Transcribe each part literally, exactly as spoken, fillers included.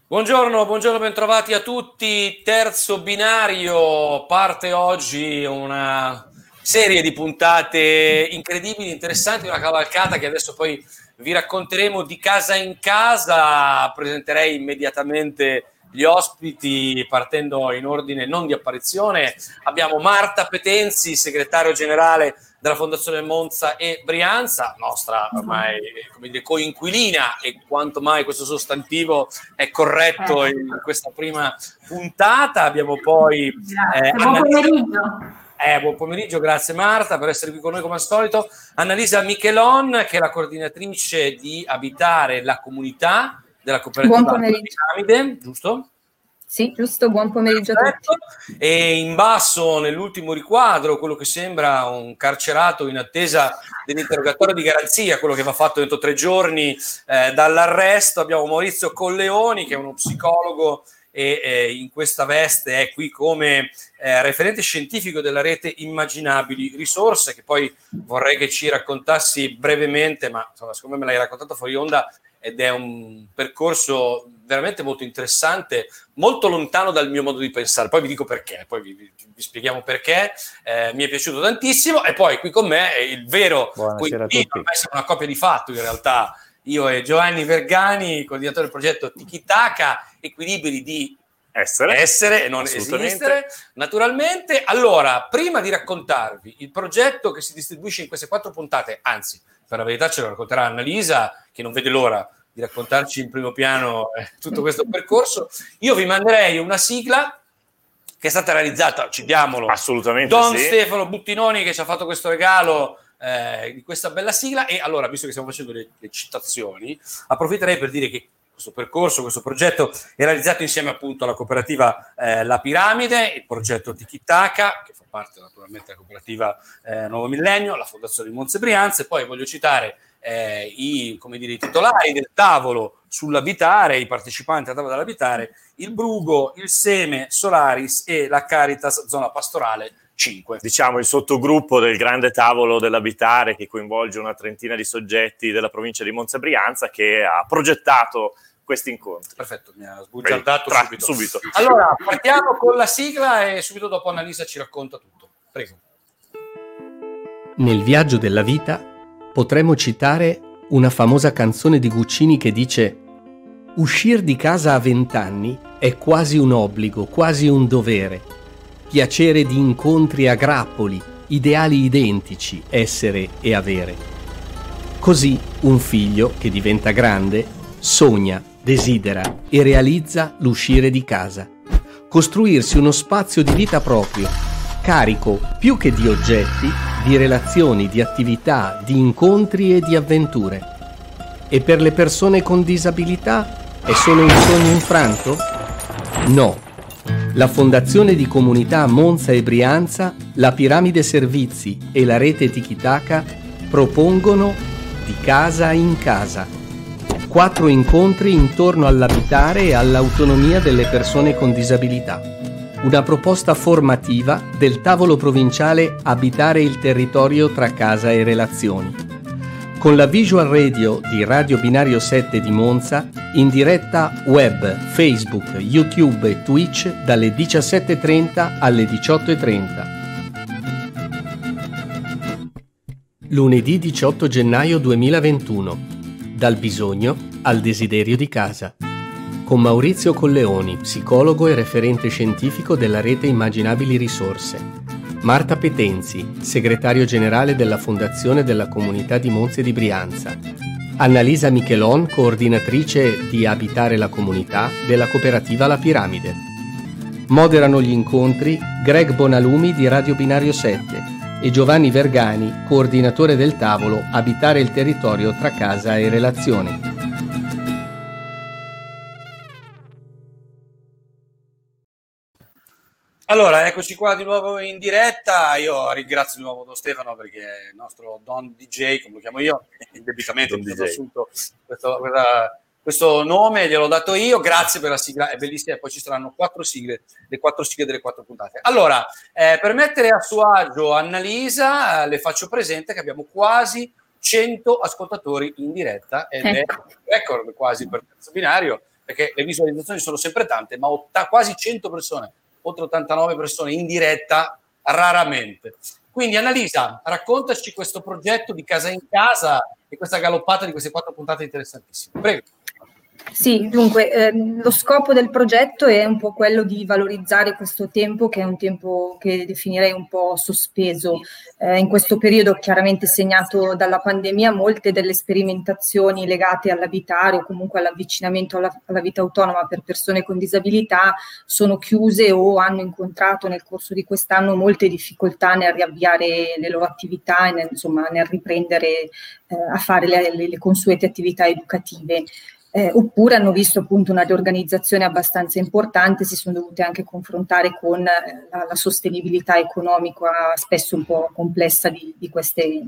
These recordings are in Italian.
Buongiorno, buongiorno, bentrovati a tutti. Terzo binario, parte oggi una serie di puntate incredibili, interessanti, una cavalcata che adesso poi vi racconteremo di casa in casa. Presenterei immediatamente gli ospiti partendo in ordine non di apparizione. Abbiamo Marta Petenzi, segretario generale della Fondazione Monza e Brianza, nostra ormai come dire, coinquilina, e quanto mai questo sostantivo è corretto in questa prima puntata. Abbiamo poi eh, buon pomeriggio. Eh, buon pomeriggio, grazie Marta per essere qui con noi come al solito. Annalisa Michelon, che è la coordinatrice di Abitare la Comunità della cooperativa Piramide, giusto? Sì, giusto, buon pomeriggio a tutti. E in basso, nell'ultimo riquadro, quello che sembra un carcerato in attesa dell'interrogatorio di garanzia, quello che va fatto entro tre giorni eh, dall'arresto, abbiamo Maurizio Colleoni, che è uno psicologo e eh, in questa veste è qui come eh, referente scientifico della rete Immaginabili Risorse, che poi vorrei che ci raccontassi brevemente, ma insomma, secondo me me l'hai raccontato fuori onda, ed è un percorso veramente molto interessante, molto lontano dal mio modo di pensare. Poi vi dico perché, poi vi, vi, vi spieghiamo perché. Eh, mi è piaciuto tantissimo, e poi qui con me è il vero coinquilino, una coppia di fatto in realtà, io e Giovanni Vergani, coordinatore del progetto Tiki Taka, equilibri di essere, essere e non esistere, naturalmente. Allora, prima di raccontarvi il progetto che si distribuisce in queste quattro puntate, anzi, per la verità ce lo racconterà Annalisa, che non vede l'ora di raccontarci in primo piano eh, tutto questo percorso, io vi manderei una sigla che è stata realizzata, citiamolo, assolutamente Don sì. Stefano Buttinoni, che ci ha fatto questo regalo eh, di questa bella sigla. E allora, visto che stiamo facendo le, le citazioni, approfitterei per dire che questo percorso, questo progetto è realizzato insieme appunto alla cooperativa eh, La Piramide, il progetto Tiki Taka, che fa parte naturalmente della cooperativa eh, Nuovo Millennio, la Fondazione di Monza e Brianza. E poi voglio citare eh, i, come dire, i titolari del tavolo sull'abitare, i partecipanti al tavolo dell'abitare, il Brugo, il Seme, Solaris e la Caritas Zona Pastorale cinque. Diciamo il sottogruppo del grande tavolo dell'abitare, che coinvolge una trentina di soggetti della provincia di Monza e Brianza, che ha progettato questi incontri. Perfetto, mi ha sbugiardato Tra, subito. subito. Allora, partiamo con la sigla e subito dopo Annalisa ci racconta tutto. Prego. Nel viaggio della vita potremmo citare una famosa canzone di Guccini che dice: uscir di casa a vent'anni è quasi un obbligo, quasi un dovere. Piacere di incontri a grappoli, ideali identici, essere e avere. Così un figlio che diventa grande sogna, desidera e realizza l'uscire di casa, costruirsi uno spazio di vita proprio, carico più che di oggetti, di relazioni, di attività, di incontri e di avventure. E per le persone con disabilità è solo un sogno infranto? No. La Fondazione di Comunità Monza e Brianza, la Piramide Servizi e la rete Tiki Taka propongono Di casa in casa. Quattro incontri intorno all'abitare e all'autonomia delle persone con disabilità. Una proposta formativa del tavolo provinciale Abitare il territorio tra casa e relazioni. Con la visual radio di Radio Binario sette di Monza, in diretta web, Facebook, YouTube e Twitch dalle diciassette e trenta alle diciotto e trenta. Lunedì diciotto gennaio duemilaventuno. Dal bisogno al desiderio di casa. Con Maurizio Colleoni, psicologo e referente scientifico della rete Immaginabili Risorse. Marta Petenzi, segretario generale della Fondazione della Comunità di Monza e di Brianza. Annalisa Michelon, coordinatrice di Abitare la Comunità della cooperativa La Piramide. Moderano gli incontri Greg Bonalumi di Radio Binario sette e Giovanni Vergani, coordinatore del tavolo Abitare il territorio tra casa e relazioni. Allora, eccoci qua di nuovo in diretta. Io ringrazio di nuovo Don Stefano, perché è il nostro Don D J, come lo chiamo io, indebitamente mi sono assunto questo, questa, questo nome, gliel'ho dato io. Grazie per la sigla, è bellissima. E poi ci saranno quattro sigle, le quattro sigle delle quattro puntate. Allora, eh, per mettere a suo agio Annalisa, eh, le faccio presente che abbiamo quasi cento ascoltatori in diretta, ed è un record quasi per terzo binario. perché le visualizzazioni sono sempre tante, ma otta, quasi cento persone, oltre ottantanove persone in diretta, raramente. Quindi Annalisa, raccontaci questo progetto di Casa in Casa e questa galoppata di queste quattro puntate interessantissime. Prego. Sì, dunque, ehm, lo scopo del progetto è un po' quello di valorizzare questo tempo, che è un tempo che definirei un po' sospeso. Eh, in questo periodo chiaramente segnato dalla pandemia, molte delle sperimentazioni legate all'abitare o comunque all'avvicinamento alla, alla vita autonoma per persone con disabilità sono chiuse o hanno incontrato nel corso di quest'anno molte difficoltà nel riavviare le loro attività e nel, insomma, nel riprendere eh, a fare le, le, le consuete attività educative. Eh, oppure hanno visto appunto una riorganizzazione abbastanza importante, si sono dovute anche confrontare con eh, la, la sostenibilità economica spesso un po' complessa di, di, queste,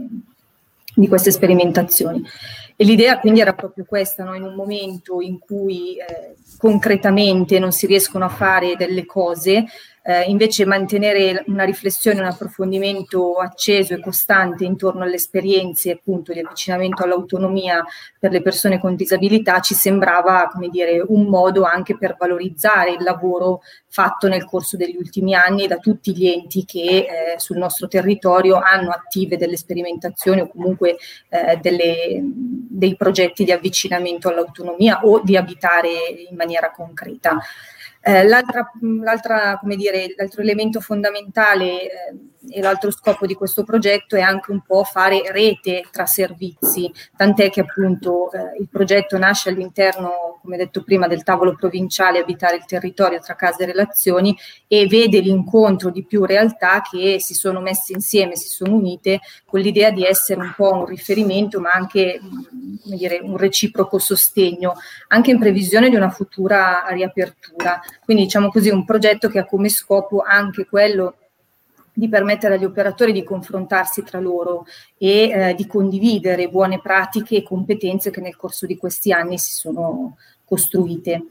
di queste sperimentazioni. E l'idea quindi era proprio questa, no? In un momento in cui eh, concretamente non si riescono a fare delle cose, eh, invece mantenere una riflessione, un approfondimento acceso e costante intorno alle esperienze appunto di avvicinamento all'autonomia per le persone con disabilità ci sembrava, come dire, un modo anche per valorizzare il lavoro fatto nel corso degli ultimi anni da tutti gli enti che eh, sul nostro territorio hanno attive delle sperimentazioni o comunque eh, delle, dei progetti di avvicinamento all'autonomia o di abitare in maniera concreta. Eh, l'altra, l'altra, come dire, l'altro elemento fondamentale eh, e l'altro scopo di questo progetto è anche un po' fare rete tra servizi, tant'è che appunto eh, il progetto nasce all'interno, come detto prima, del tavolo provinciale Abitare il territorio tra case e relazioni e vede l'incontro di più realtà che si sono messe insieme, si sono unite con l'idea di essere un po' un riferimento ma anche, come dire, un reciproco sostegno, anche in previsione di una futura riapertura. Quindi diciamo così un progetto che ha come scopo anche quello di permettere agli operatori di confrontarsi tra loro e eh, di condividere buone pratiche e competenze che nel corso di questi anni si sono costruite.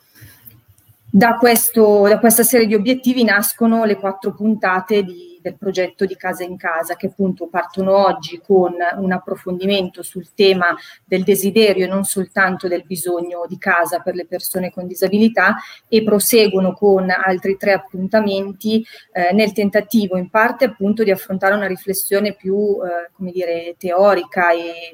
Da, questo, da questa serie di obiettivi nascono le quattro puntate di, del progetto di Casa in Casa, che appunto partono oggi con un approfondimento sul tema del desiderio e non soltanto del bisogno di casa per le persone con disabilità e proseguono con altri tre appuntamenti eh, nel tentativo in parte appunto di affrontare una riflessione più eh, come dire, teorica e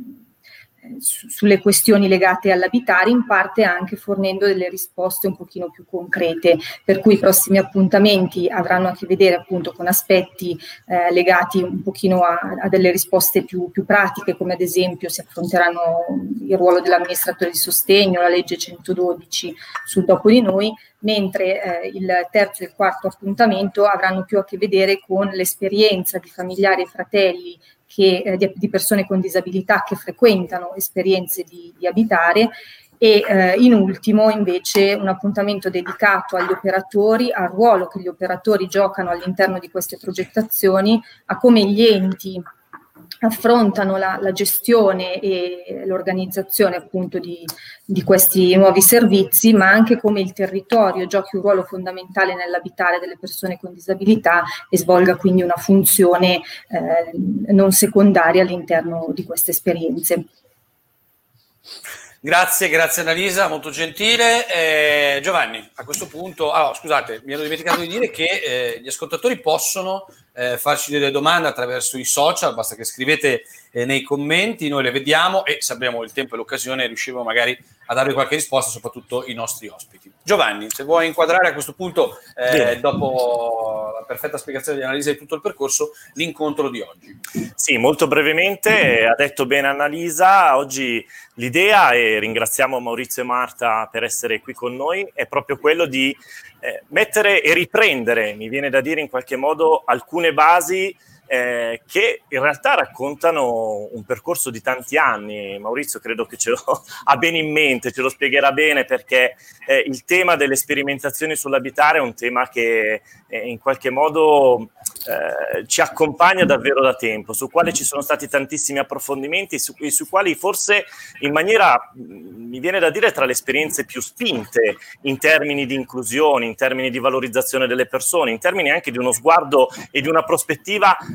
sulle questioni legate all'abitare, in parte anche fornendo delle risposte un pochino più concrete, per cui i prossimi appuntamenti avranno a che vedere appunto con aspetti eh, legati un pochino a, a delle risposte più, più pratiche, come ad esempio si affronteranno il ruolo dell'amministratore di sostegno, la legge centododici sul dopo di noi, mentre eh, il terzo e il quarto appuntamento avranno più a che vedere con l'esperienza di familiari e fratelli Che, eh, di, di persone con disabilità che frequentano esperienze di, di abitare e eh, in ultimo invece un appuntamento dedicato agli operatori, al ruolo che gli operatori giocano all'interno di queste progettazioni, a come gli enti affrontano la, la gestione e l'organizzazione appunto di, di questi nuovi servizi, ma anche come il territorio giochi un ruolo fondamentale nell'abitare delle persone con disabilità e svolga quindi una funzione eh, non secondaria all'interno di queste esperienze. Grazie, grazie Annalisa, molto gentile. Eh, Giovanni, a questo punto, ah, scusate, mi ero dimenticato di dire che eh, gli ascoltatori possono eh, farci delle domande attraverso i social, basta che scrivete eh, nei commenti, noi le vediamo e se abbiamo il tempo e l'occasione riusciremo magari a darvi qualche risposta, soprattutto i nostri ospiti. Giovanni, se vuoi inquadrare a questo punto, eh, dopo la perfetta spiegazione di Annalisa di tutto il percorso, l'incontro di oggi. Sì, molto brevemente, ha detto bene Annalisa, oggi l'idea, e ringraziamo Maurizio e Marta per essere qui con noi, è proprio quello di eh, mettere e riprendere, mi viene da dire in qualche modo, alcune basi eh, che in realtà raccontano un percorso di tanti anni. Maurizio credo che ce lo ha bene in mente, ce lo spiegherà bene, perché eh, il tema delle sperimentazioni sull'abitare è un tema che eh, in qualche modo eh, ci accompagna davvero da tempo, su quale ci sono stati tantissimi approfondimenti, su, su quali forse in maniera, mi viene da dire, tra le esperienze più spinte in termini di inclusione, in termini di valorizzazione delle persone, in termini anche di uno sguardo e di una prospettiva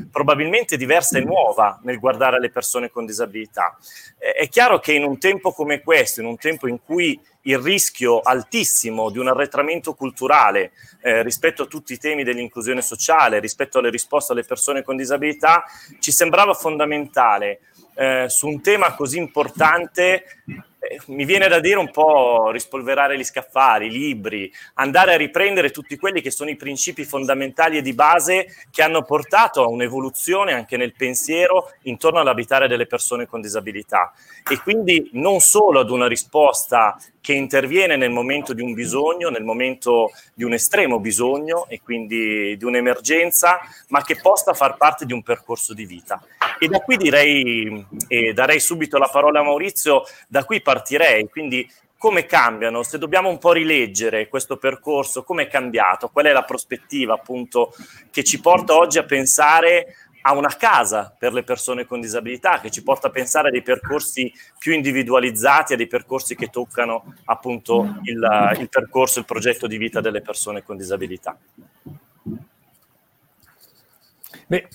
probabilmente diversa e nuova nel guardare alle persone con disabilità. Eh, è chiaro che in un tempo come questo, in un tempo in cui il rischio altissimo di un arretramento culturale eh, rispetto a tutti i temi dell'inclusione sociale, rispetto alle risposte alle persone con disabilità, ci sembrava fondamentale eh, su un tema così importante. Eh, mi viene da dire un po' rispolverare gli scaffali, i libri, andare a riprendere tutti quelli che sono i principi fondamentali e di base che hanno portato a un'evoluzione anche nel pensiero intorno all'abitare delle persone con disabilità, e quindi non solo ad una risposta che interviene nel momento di un bisogno, nel momento di un estremo bisogno e quindi di un'emergenza, ma che possa far parte di un percorso di vita. E da qui direi, e darei subito la parola a Maurizio, da qui partirei, quindi come cambiano, se dobbiamo un po' rileggere questo percorso, come è cambiato, qual è la prospettiva appunto che ci porta oggi a pensare a una casa per le persone con disabilità, che ci porta a pensare a dei percorsi più individualizzati, a dei percorsi che toccano appunto il, il percorso, il progetto di vita delle persone con disabilità. Beh,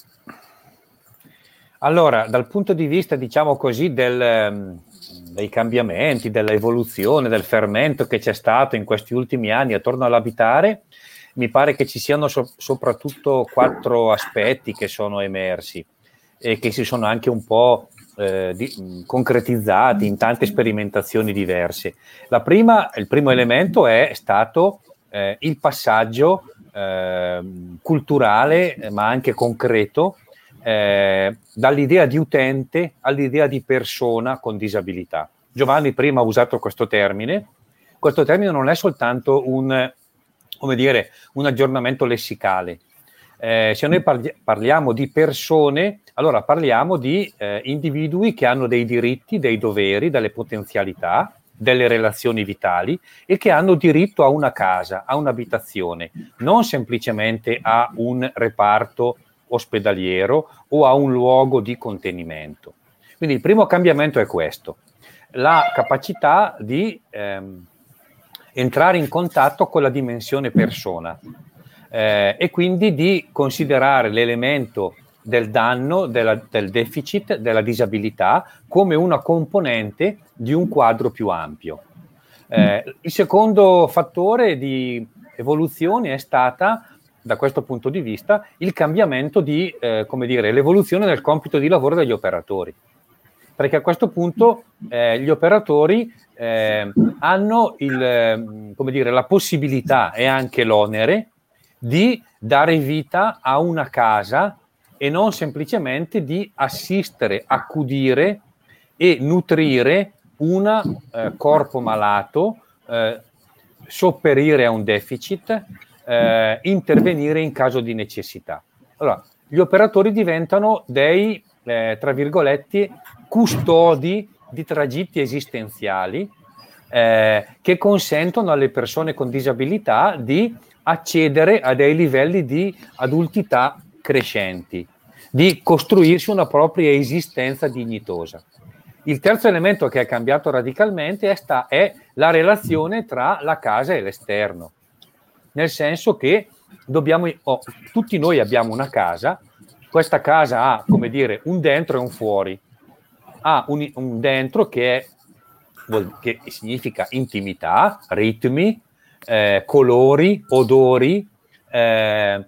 allora, dal punto di vista, diciamo così, del, dei cambiamenti, dell'evoluzione, del fermento che c'è stato in questi ultimi anni attorno all'abitare, mi pare che ci siano so- soprattutto quattro aspetti che sono emersi e che si sono anche un po' eh, di, concretizzati in tante sperimentazioni diverse. La prima, il primo elemento è stato eh, il passaggio eh, culturale, ma anche concreto, eh, dall'idea di utente all'idea di persona con disabilità. Giovanni prima ha usato questo termine. Questo termine non è soltanto un come dire, un aggiornamento lessicale. Eh, se noi parli- parliamo di persone, allora parliamo di eh, individui che hanno dei diritti, dei doveri, delle potenzialità, delle relazioni vitali e che hanno diritto a una casa, a un'abitazione, non semplicemente a un reparto ospedaliero o a un luogo di contenimento. Quindi il primo cambiamento è questo, la capacità di ehm, entrare in contatto con la dimensione persona eh, e quindi di considerare l'elemento del danno, della, del deficit, della disabilità come una componente di un quadro più ampio. Eh, il secondo fattore di evoluzione è stata, da questo punto di vista, il cambiamento di, eh, come dire, l'evoluzione del compito di lavoro degli operatori. Perché a questo punto eh, gli operatori eh, hanno il, eh, come dire, la possibilità e anche l'onere di dare vita a una casa e non semplicemente di assistere, accudire e nutrire un eh, corpo malato, eh, sopperire a un deficit, eh, intervenire in caso di necessità. Allora, gli operatori diventano dei, eh, tra virgolette, custodi di tragitti esistenziali eh, che consentono alle persone con disabilità di accedere a dei livelli di adultità crescenti, di costruirsi una propria esistenza dignitosa. Il terzo elemento che è cambiato radicalmente è, sta, è la relazione tra la casa e l'esterno, nel senso che dobbiamo, oh, tutti noi abbiamo una casa, questa casa ha, come dire, un dentro e un fuori. Ha un, un dentro che, è, che significa intimità, ritmi, eh, colori, odori, eh,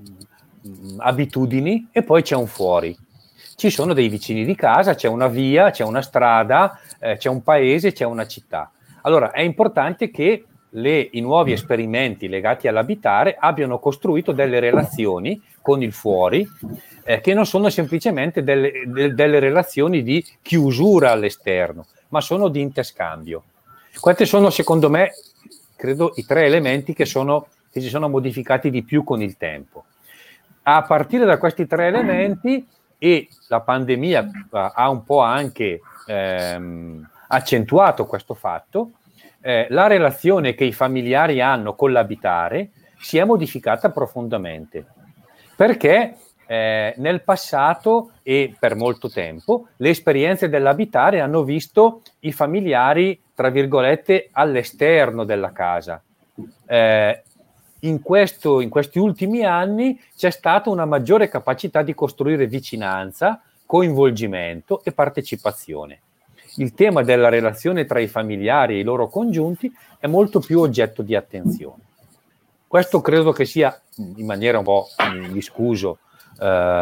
abitudini, e poi c'è un fuori. Ci sono dei vicini di casa, c'è una via, c'è una strada, eh, c'è un paese, c'è una città. Allora è importante che le, i nuovi esperimenti legati all'abitare abbiano costruito delle relazioni con il fuori, eh, che non sono semplicemente delle, de, delle relazioni di chiusura all'esterno, ma sono di interscambio. Questi sono, secondo me, credo, i tre elementi che, sono, che si sono modificati di più con il tempo. A partire da questi tre elementi, e la pandemia ha un po' anche ehm, accentuato questo fatto, eh, la relazione che i familiari hanno con l'abitare si è modificata profondamente, perché eh, nel passato e per molto tempo le esperienze dell'abitare hanno visto i familiari, tra virgolette, all'esterno della casa. Eh, in, questo, in questi ultimi anni c'è stata una maggiore capacità di costruire vicinanza, coinvolgimento e partecipazione. Il tema della relazione tra i familiari e i loro congiunti è molto più oggetto di attenzione. Questo credo che sia, in maniera un po', mi scuso, eh,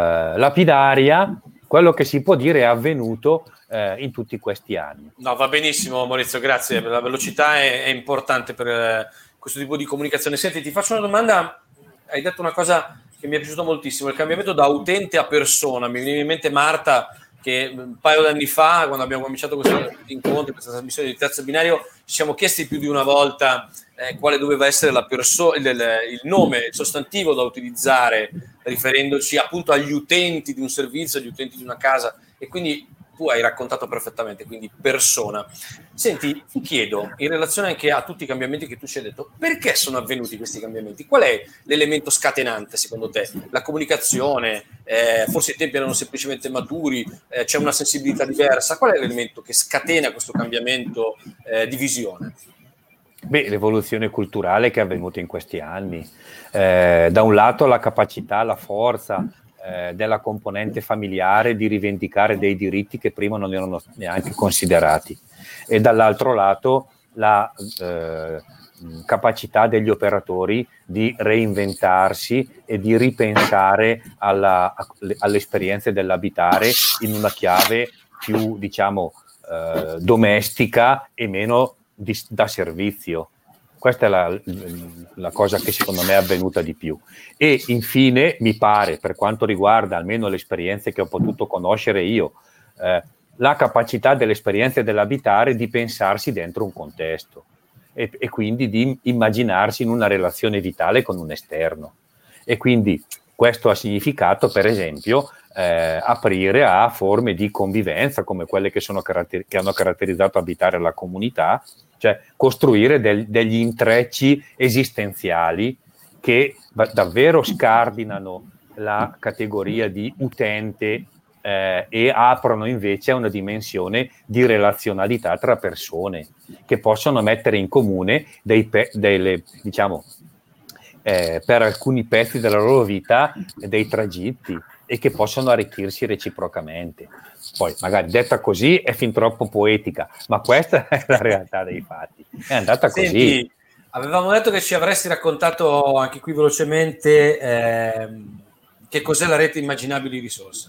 lapidaria, quello che si può dire è avvenuto eh, in tutti questi anni. No, va benissimo Maurizio, grazie. La velocità è, è importante per eh, questo tipo di comunicazione. Senti, ti faccio una domanda. Hai detto una cosa che mi è piaciuta moltissimo, il cambiamento da utente a persona. Mi viene in mente Marta, che un paio di anni fa, quando abbiamo cominciato questo incontro, questa trasmissione di Terzo Binario, ci siamo chiesti più di una volta eh, quale doveva essere la perso- il, il nome, il sostantivo da utilizzare, riferendoci appunto agli utenti di un servizio, agli utenti di una casa, e quindi tu hai raccontato perfettamente, quindi persona. Senti, ti chiedo, in relazione anche a tutti i cambiamenti che tu ci hai detto, perché sono avvenuti questi cambiamenti? Qual è l'elemento scatenante secondo te? La comunicazione? Eh, forse i tempi erano semplicemente maturi? Eh, c'è una sensibilità diversa? Qual è l'elemento che scatena questo cambiamento eh, di visione? Beh, l'evoluzione culturale che è avvenuta in questi anni. Eh, da un lato la capacità, la forza della componente familiare di rivendicare dei diritti che prima non erano neanche considerati, e dall'altro lato la eh, capacità degli operatori di reinventarsi e di ripensare alla, alle esperienze dell'abitare in una chiave più, diciamo, eh, domestica e meno di, da servizio. Questa è la, la cosa che secondo me è avvenuta di più. E infine mi pare, per quanto riguarda almeno le esperienze che ho potuto conoscere io, eh, la capacità delle esperienze dell'abitare di pensarsi dentro un contesto e, e quindi di immaginarsi in una relazione vitale con un esterno. E quindi questo ha significato, per esempio, eh, aprire a forme di convivenza come quelle che, sono caratter- che hanno caratterizzato abitare la comunità, cioè costruire del, degli intrecci esistenziali che va- davvero scardinano la categoria di utente eh, e aprono invece a una dimensione di relazionalità tra persone che possono mettere in comune dei pe- delle, diciamo, eh, per alcuni pezzi della loro vita dei tragitti e che possono arricchirsi reciprocamente. Poi magari detta così è fin troppo poetica, ma questa è la realtà dei fatti. È andata così. Senti, avevamo detto che ci avresti raccontato anche qui velocemente eh, che cos'è la rete immaginabili risorse.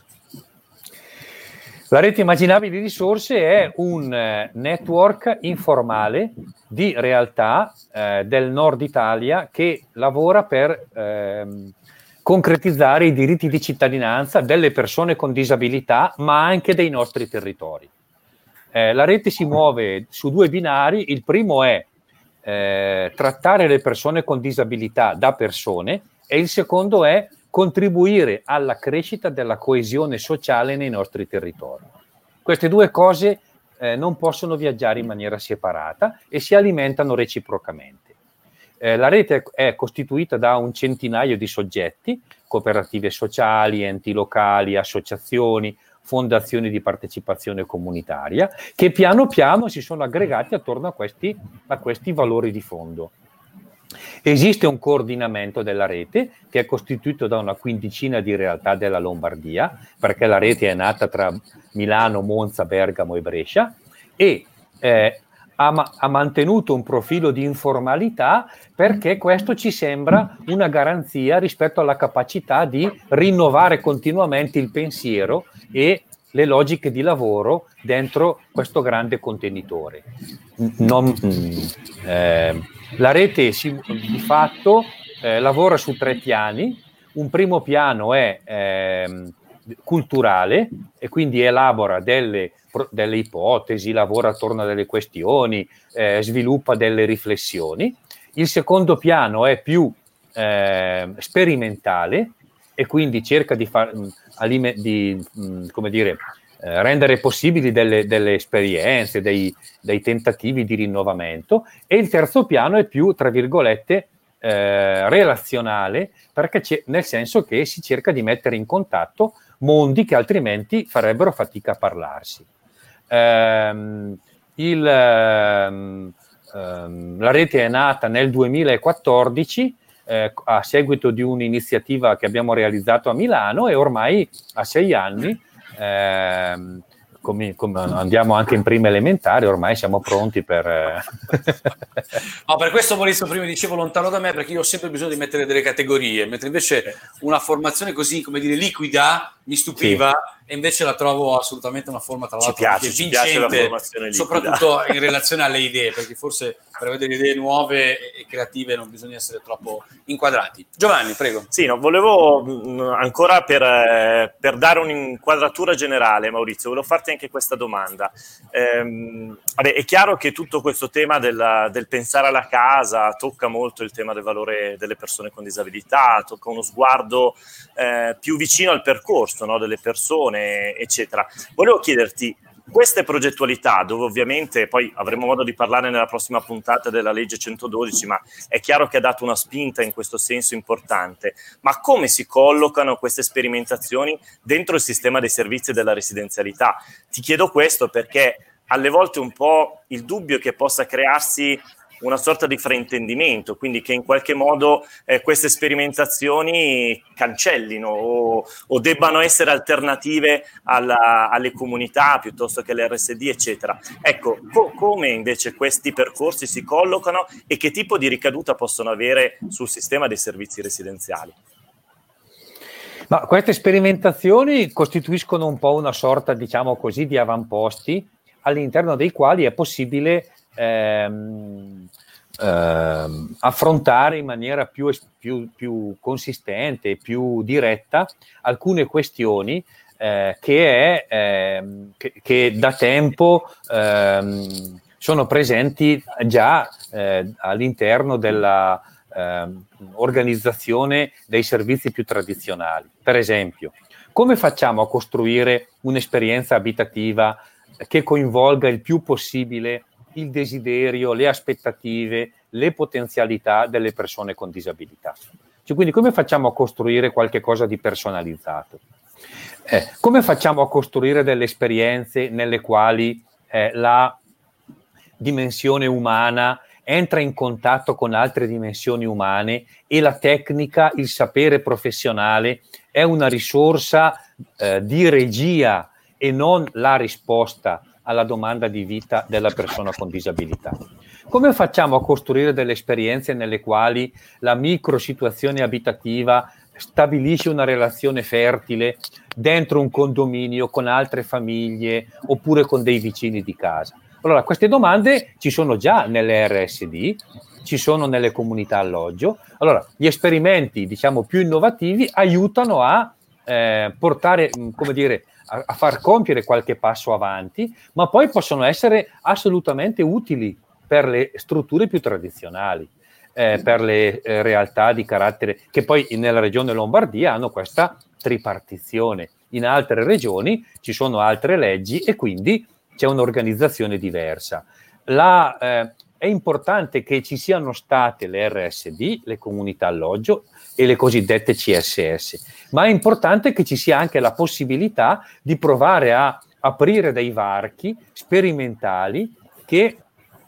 La rete immaginabili risorse è un eh, network informale di realtà eh, del nord Italia che lavora per ehm, concretizzare i diritti di cittadinanza delle persone con disabilità, ma anche dei nostri territori. Eh, la rete si muove su due binari. Il primo è eh, trattare le persone con disabilità da persone, e il secondo è contribuire alla crescita della coesione sociale nei nostri territori. Queste due cose eh, non possono viaggiare in maniera separata e si alimentano reciprocamente. Eh, la rete è costituita da un centinaio di soggetti, cooperative sociali, enti locali, associazioni, fondazioni di partecipazione comunitaria, che piano piano si sono aggregati attorno a questi, a questi valori di fondo. Esiste un coordinamento della rete che è costituito da una quindicina di realtà della Lombardia, perché la rete è nata tra Milano, Monza, Bergamo e Brescia, e eh, ha, ma- ha mantenuto un profilo di informalità, perché questo ci sembra una garanzia rispetto alla capacità di rinnovare continuamente il pensiero e le logiche di lavoro dentro questo grande contenitore. Non, eh, la rete si, di fatto eh, lavora su tre piani. Un primo piano è eh, culturale, e quindi elabora delle, delle ipotesi, lavora attorno a delle questioni, eh, sviluppa delle riflessioni. Il secondo piano è più eh, sperimentale, e quindi cerca di, far, di come dire, eh, rendere possibili delle, delle esperienze, dei, dei tentativi di rinnovamento. E il terzo piano è più, tra virgolette, eh, relazionale, perché c'è, nel senso che si cerca di mettere in contatto mondi che altrimenti farebbero fatica a parlarsi. Ehm, il, ehm, ehm, la rete è nata nel duemilaquattordici eh, a seguito di un'iniziativa che abbiamo realizzato a Milano, e ormai a sei anni, ehm, come, come andiamo anche in prima elementare, ormai siamo pronti per... Eh... No, per questo Maurizio prima dicevo lontano da me, perché io ho sempre bisogno di mettere delle categorie, mentre invece una formazione così, come dire, liquida mi stupiva, sì. E invece la trovo assolutamente una forma, tra l'altro, ci piace, vincente, ci piace la formazione liquida. Soprattutto in relazione alle idee, perché forse per avere delle idee nuove e creative non bisogna essere troppo inquadrati. Giovanni, prego. Sì, no, volevo mh, ancora per, eh, per dare un'inquadratura generale, Maurizio, volevo farti anche questa domanda. Ehm, vabbè, è chiaro che tutto questo tema della, del pensare alla casa tocca molto il tema del valore delle persone con disabilità, tocca uno sguardo eh, più vicino al percorso, no, delle persone, eccetera. Volevo chiederti, queste progettualità, dove ovviamente poi avremo modo di parlare nella prossima puntata della legge centododici, ma è chiaro che ha dato una spinta in questo senso importante, ma come si collocano queste sperimentazioni dentro il sistema dei servizi della residenzialità? Ti chiedo questo perché alle volte un po' il dubbio che possa crearsi una sorta di fraintendimento, quindi che in qualche modo eh, queste sperimentazioni cancellino o, o debbano essere alternative alla, alle comunità piuttosto che alle R S D, eccetera. Ecco, co- come invece questi percorsi si collocano e che tipo di ricaduta possono avere sul sistema dei servizi residenziali? Ma queste sperimentazioni costituiscono un po' una sorta, diciamo così, di avamposti all'interno dei quali è possibile Ehm, ehm, affrontare in maniera più, più, più consistente e più diretta alcune questioni eh, che, è, ehm, che, che da tempo ehm, sono presenti già eh, all'interno della ehm, organizzazione dei servizi più tradizionali. Per esempio, come facciamo a costruire un'esperienza abitativa che coinvolga il più possibile il desiderio, le aspettative, le potenzialità delle persone con disabilità? Cioè, quindi come facciamo a costruire qualche cosa di personalizzato? Eh, come facciamo a costruire delle esperienze nelle quali eh, la dimensione umana entra in contatto con altre dimensioni umane e la tecnica, il sapere professionale è una risorsa eh, di regia e non la risposta alla domanda di vita della persona con disabilità? Come facciamo a costruire delle esperienze nelle quali la micro situazione abitativa stabilisce una relazione fertile dentro un condominio con altre famiglie oppure con dei vicini di casa? Allora, queste domande ci sono già nelle R S D, ci sono nelle comunità alloggio. Allora, gli esperimenti, diciamo, più innovativi aiutano a eh, portare, come dire, a far compiere qualche passo avanti, ma poi possono essere assolutamente utili per le strutture più tradizionali, eh, per le eh, realtà di carattere che poi nella regione Lombardia hanno questa tripartizione. In altre regioni ci sono altre leggi e quindi c'è un'organizzazizione diversa. La, eh, è importante che ci siano state le R S D, le comunità alloggio e le cosiddette C S S, ma è importante che ci sia anche la possibilità di provare a aprire dei varchi sperimentali che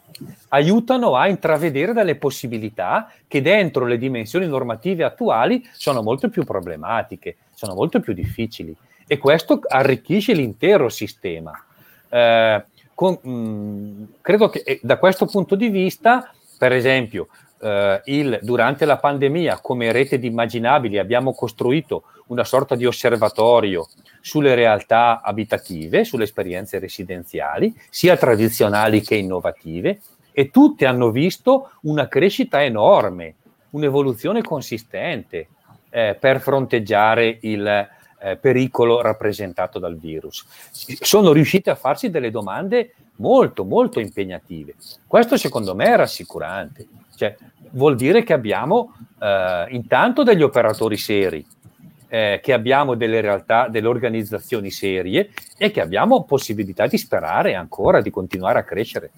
aiutano a intravedere delle possibilità che dentro le dimensioni normative attuali sono molto più problematiche, sono molto più difficili, e questo arricchisce l'intero sistema. Eh, con, mh, credo che eh, da questo punto di vista, per esempio, eh, il, durante la pandemia, come rete di immaginabili, abbiamo costruito una sorta di osservatorio sulle realtà abitative, sulle esperienze residenziali, sia tradizionali che innovative, e tutte hanno visto una crescita enorme, un'evoluzione consistente eh, per fronteggiare il Eh, pericolo rappresentato dal virus. Sono riusciti a farsi delle domande molto molto impegnative. Questo secondo me è rassicurante, cioè vuol dire che abbiamo eh, intanto degli operatori seri, eh, che abbiamo delle realtà, delle organizzazioni serie e che abbiamo possibilità di sperare ancora di continuare a crescere.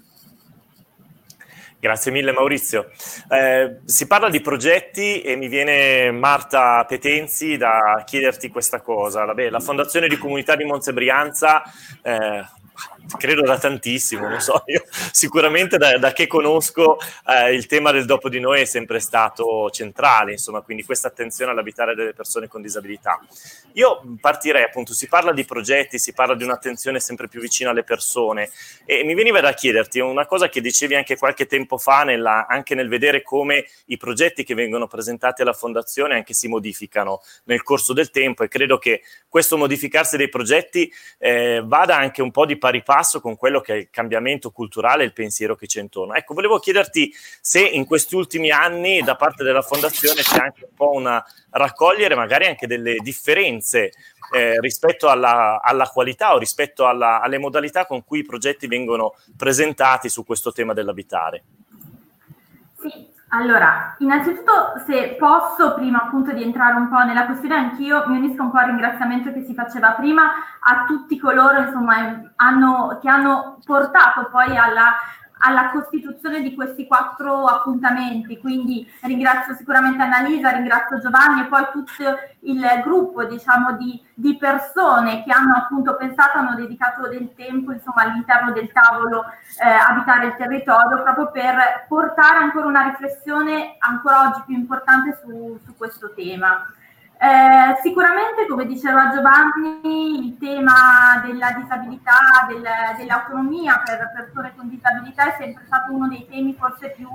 Grazie mille Maurizio. Eh, si parla di progetti e mi viene Marta Petenzi da chiederti questa cosa. Vabbè, la Fondazione di Comunità di Monza e Brianza eh, credo da tantissimo, non so, io sicuramente da, da che conosco eh, il tema del dopo di noi è sempre stato centrale, insomma, quindi questa attenzione all'abitare delle persone con disabilità. Io partirei, appunto, si parla di progetti, si parla di un'attenzione sempre più vicina alle persone, e mi veniva da chiederti una cosa che dicevi anche qualche tempo fa, nella, anche nel vedere come i progetti che vengono presentati alla Fondazione anche si modificano nel corso del tempo, e credo che questo modificarsi dei progetti eh, vada anche un po' di pari passo con quello che è il cambiamento culturale e il pensiero che c'è intorno. Ecco, volevo chiederti se in questi ultimi anni da parte della Fondazione c'è anche un po' una raccogliere magari anche delle differenze eh, rispetto alla, alla qualità o rispetto alla, alle modalità con cui i progetti vengono presentati su questo tema dell'abitare. Sì, allora, innanzitutto, se posso, prima appunto di entrare un po' nella questione, anch'io mi unisco un po' al ringraziamento che si faceva prima a tutti coloro, insomma, hanno, che hanno portato poi alla, alla costituzione di questi quattro appuntamenti. Quindi ringrazio sicuramente Annalisa, ringrazio Giovanni e poi tutto il gruppo, diciamo, di, di persone che hanno appunto pensato, hanno dedicato del tempo, insomma, all'interno del tavolo eh, Abitare il territorio, proprio per portare ancora una riflessione ancora oggi più importante su, su questo tema. Eh, sicuramente, come diceva Giovanni, il tema della disabilità, del, dell'autonomia per persone con disabilità è sempre stato uno dei temi forse più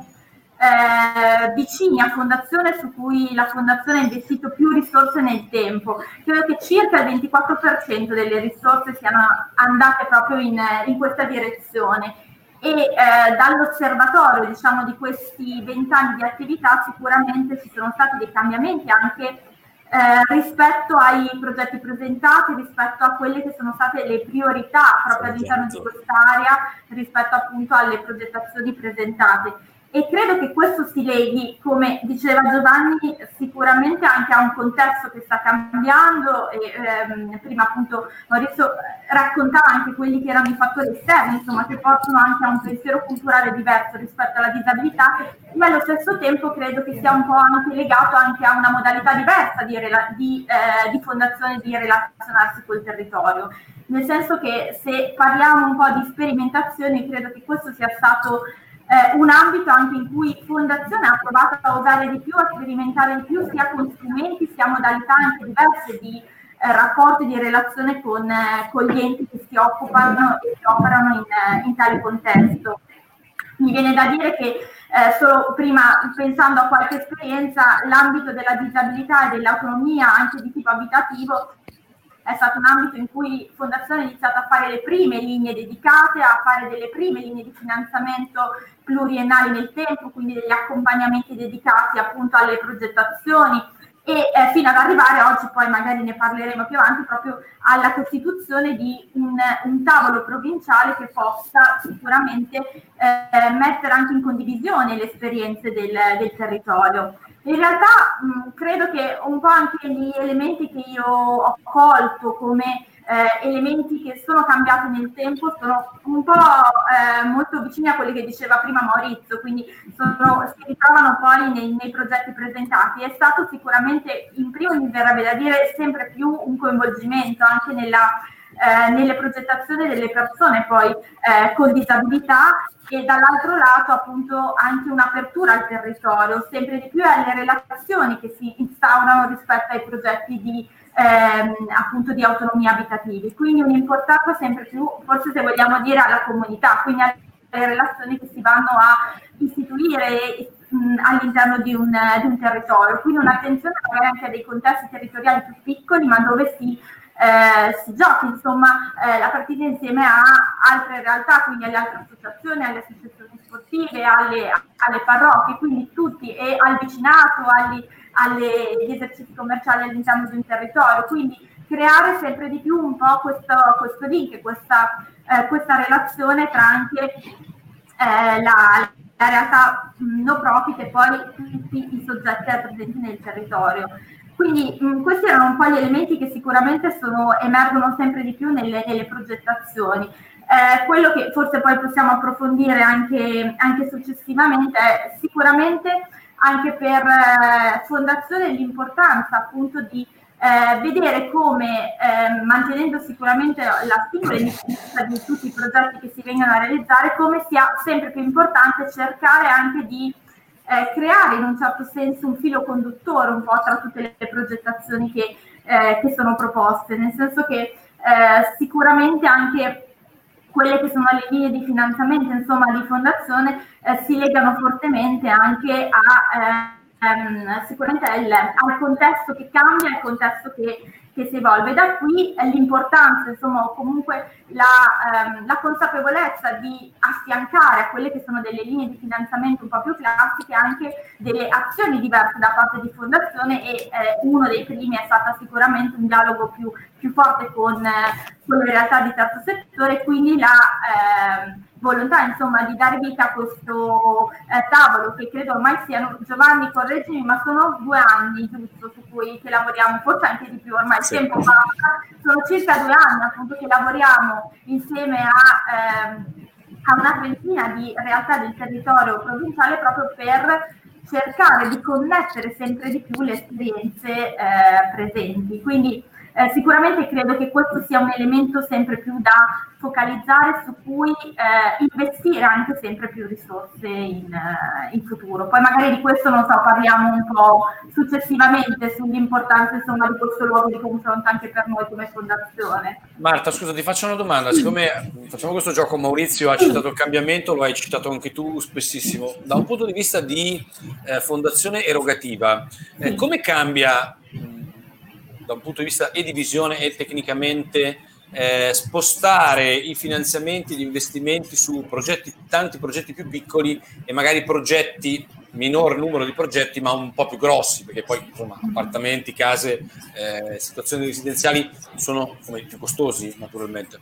eh, vicini a Fondazione, su cui la Fondazione ha investito più risorse nel tempo. Credo che circa il ventiquattro per cento delle risorse siano andate proprio in, in questa direzione. E eh, dall'osservatorio, diciamo, di questi vent'anni di attività sicuramente ci sono stati dei cambiamenti anche Eh, rispetto ai progetti presentati, rispetto a quelle che sono state le priorità proprio all'interno di quest'area, rispetto appunto alle progettazioni presentate. E credo che questo si leghi, come diceva Giovanni, sicuramente anche a un contesto che sta cambiando, e ehm, prima appunto Maurizio raccontava anche quelli che erano i fattori esterni, insomma, che portano anche a un pensiero culturale diverso rispetto alla disabilità, ma allo stesso tempo credo che sia un po' anche legato anche a una modalità diversa di, rela- di, eh, di fondazione, di relazionarsi col territorio. Nel senso che se parliamo un po' di sperimentazioni, credo che questo sia stato Eh, un ambito anche in cui Fondazione ha provato a osare di più, a sperimentare di più, sia con strumenti, sia modalità anche diverse di eh, rapporti, di relazione con, eh, con gli enti che si occupano e che operano in, in tale contesto. Mi viene da dire che eh, solo prima, pensando a qualche esperienza, l'ambito della disabilità e dell'autonomia anche di tipo abitativo è stato un ambito in cui Fondazione ha iniziato a fare le prime linee dedicate, a fare delle prime linee di finanziamento pluriennali nel tempo, quindi degli accompagnamenti dedicati appunto alle progettazioni, e eh, fino ad arrivare oggi, poi magari ne parleremo più avanti, proprio alla costituzione di un, un tavolo provinciale che possa sicuramente eh, mettere anche in condivisione le esperienze del, del territorio. In realtà mh, credo che un po' anche gli elementi che io ho colto come eh, elementi che sono cambiati nel tempo sono un po' eh, molto vicini a quelli che diceva prima Maurizio, quindi sono, si ritrovano poi nei, nei progetti presentati. È stato sicuramente, in primo mi verrebbe da dire, sempre più un coinvolgimento anche nella, eh, nelle progettazioni delle persone poi eh, con disabilità, e dall'altro lato appunto anche un'apertura al territorio, sempre di più alle relazioni che si instaurano rispetto ai progetti di ehm, appunto di autonomia abitativi, quindi un'importanza sempre più, forse se vogliamo dire, alla comunità, quindi alle relazioni che si vanno a istituire mh, all'interno di un, di un territorio, quindi un'attenzione magari anche a dei contesti territoriali più piccoli, ma dove si Eh, si giochi insomma eh, la partita insieme a altre realtà, quindi alle altre associazioni, alle associazioni sportive, alle, alle parrocchie, quindi tutti, e al vicinato, agli, alle, agli esercizi commerciali all'interno di un territorio, quindi creare sempre di più un po' questo, questo link, questa, eh, questa relazione tra anche eh, la, la realtà no profit e poi tutti i soggetti presenti nel territorio. Quindi mh, questi erano un po' gli elementi che sicuramente sono, emergono sempre di più nelle, nelle progettazioni. Eh, quello che forse poi possiamo approfondire anche, anche successivamente è sicuramente anche per eh, Fondazione l'importanza appunto di eh, vedere come, eh, mantenendo sicuramente la singola iniziativa di tutti i progetti che si vengono a realizzare, come sia sempre più importante cercare anche di eh, creare in un certo senso un filo conduttore un po' tra tutte le progettazioni che, eh, che sono proposte, nel senso che eh, sicuramente anche quelle che sono le linee di finanziamento, insomma, di fondazione, eh, si legano fortemente anche a eh, ehm, sicuramente al, al contesto che cambia, al contesto che, che si evolve. Da qui eh, l'importanza, insomma, o comunque la, ehm, la consapevolezza di affiancare a quelle che sono delle linee di finanziamento un po' più classiche anche delle azioni diverse da parte di fondazione, e eh, uno dei primi è stata sicuramente un dialogo più, più forte con, eh, con le realtà di terzo settore, quindi la eh, volontà, insomma, di dare vita a questo eh, tavolo, che credo ormai siano, Giovanni, correggimi, ma sono due anni giusto su cui che lavoriamo, forse anche di più, ormai il tempo passa, sono circa due anni appunto che lavoriamo insieme a, ehm, a una trentina di realtà del territorio provinciale proprio per cercare di connettere sempre di più le esperienze eh, presenti. Quindi Eh, sicuramente credo che questo sia un elemento sempre più da focalizzare, su cui eh, investire anche sempre più risorse in, uh, in futuro. Poi magari di questo, non so, parliamo un po' successivamente sull'importanza, insomma, di questo luogo di confronto anche per noi come fondazione. Marta, scusa, ti faccio una domanda. Siccome facciamo questo gioco, Maurizio ha citato il cambiamento, lo hai citato anche tu spessissimo. Da un punto di vista di eh, fondazione erogativa, eh, come cambia da un punto di vista e di visione e tecnicamente eh, spostare i finanziamenti, gli investimenti su progetti, tanti progetti più piccoli e magari progetti, minor numero di progetti ma un po' più grossi, perché poi insomma appartamenti, case, eh, situazioni residenziali sono come, più costosi naturalmente.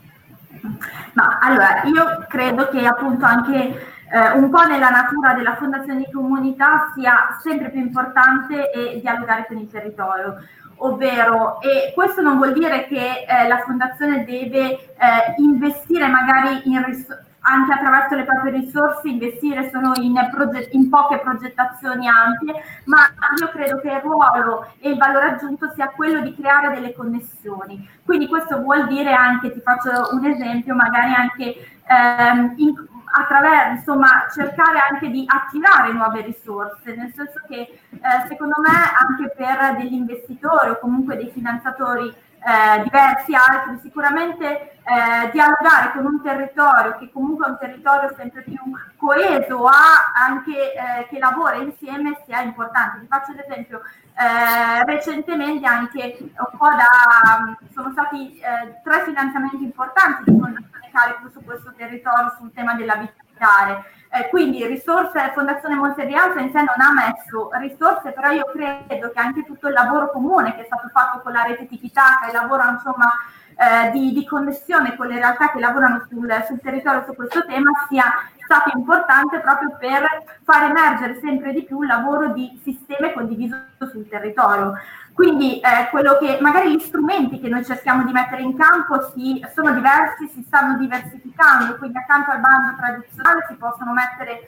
Ma allora, io credo che appunto anche eh, un po' nella natura della fondazione di comunità sia sempre più importante e dialogare con il territorio. Ovvero, e questo non vuol dire che eh, la fondazione deve eh, investire magari in ris- anche attraverso le proprie risorse, investire solo in, proget- in poche progettazioni ampie, ma io credo che il ruolo e il valore aggiunto sia quello di creare delle connessioni. Quindi questo vuol dire anche, ti faccio un esempio, magari anche ehm, in, attraverso, insomma, cercare anche di attirare nuove risorse, nel senso che eh, secondo me anche per degli investitori o comunque dei finanziatori eh, diversi altri, sicuramente eh, dialogare con un territorio che comunque è un territorio sempre più coeso, ha anche eh, che lavora insieme, sia importante. Vi faccio l'esempio, eh, recentemente anche un po' da sono stati eh, tre finanziamenti importanti di Fondazione Carico su questo territorio sul tema dell'abitare. Eh, quindi risorse, Fondazione Monte di Alta in sé non ha messo risorse, però io credo che anche tutto il lavoro comune che è stato fatto con la rete Tiki-Taka, il lavoro insomma eh, di, di connessione con le realtà che lavorano sul, sul territorio su questo tema sia stato importante proprio per far emergere sempre di più un lavoro di sistema condiviso sul territorio. Quindi eh, quello che magari gli strumenti che noi cerchiamo di mettere in campo si, sono diversi, si stanno diversificando, quindi accanto al bando tradizionale si possono mettere,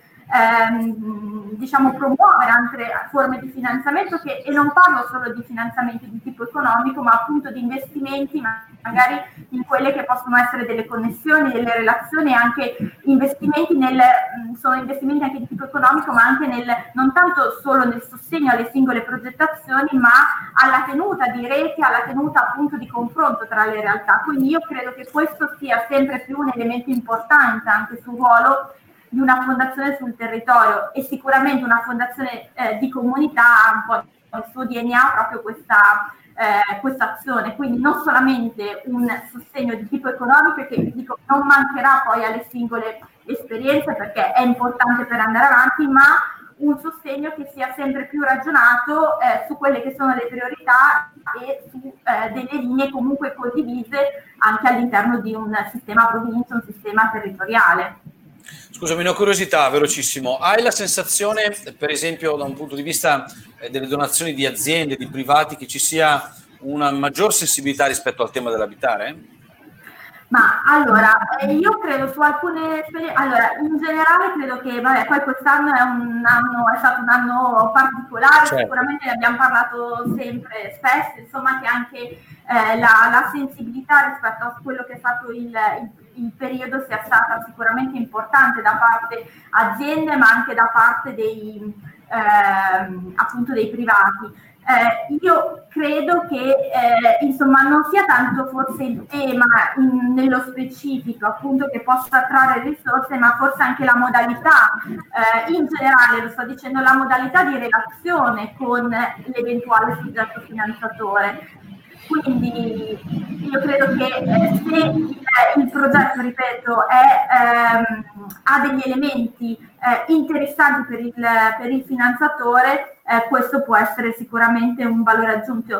ehm, diciamo, promuovere altre forme di finanziamento che, e non parlo solo di finanziamenti di tipo economico, ma appunto di investimenti magari in quelle che possono essere delle connessioni, delle relazioni, anche investimenti nel, sono investimenti anche di tipo economico, ma anche nel, non tanto solo nel sostegno alle singole progettazioni, ma alla tenuta di reti, alla tenuta appunto di confronto tra le realtà. Quindi io credo che questo sia sempre più un elemento importante anche sul ruolo di una fondazione sul territorio, e sicuramente una fondazione eh, di comunità ha un po' il suo D N A proprio questa Eh, questa azione, quindi non solamente un sostegno di tipo economico che dico non mancherà poi alle singole esperienze perché è importante per andare avanti, ma un sostegno che sia sempre più ragionato eh, su quelle che sono le priorità e su eh, delle linee comunque condivise anche all'interno di un sistema provincia, un sistema territoriale. Scusami, una curiosità, velocissimo. Hai la sensazione, per esempio, da un punto di vista eh, delle donazioni di aziende, di privati, che ci sia una maggior sensibilità rispetto al tema dell'abitare? Ma allora, eh, io credo su alcune esperienze, allora in generale credo che, vabbè, poi quest'anno è un anno, è stato un anno particolare, certo. Sicuramente ne abbiamo parlato sempre, spesso, insomma che anche eh, la, la sensibilità rispetto a quello che è stato il, il, il periodo sia stata sicuramente importante da parte aziende, ma anche da parte dei, eh, appunto dei privati. Eh, io credo che eh, insomma non sia tanto forse il tema in, nello specifico appunto che possa attrarre risorse, ma forse anche la modalità eh, in generale, lo sto dicendo, la modalità di relazione con l'eventuale soggetto finanziatore. Quindi io credo che eh, se il, il progetto, ripeto, è, ehm, ha degli elementi eh, interessanti per il, per il finanziatore, eh, questo può essere sicuramente un valore aggiunto.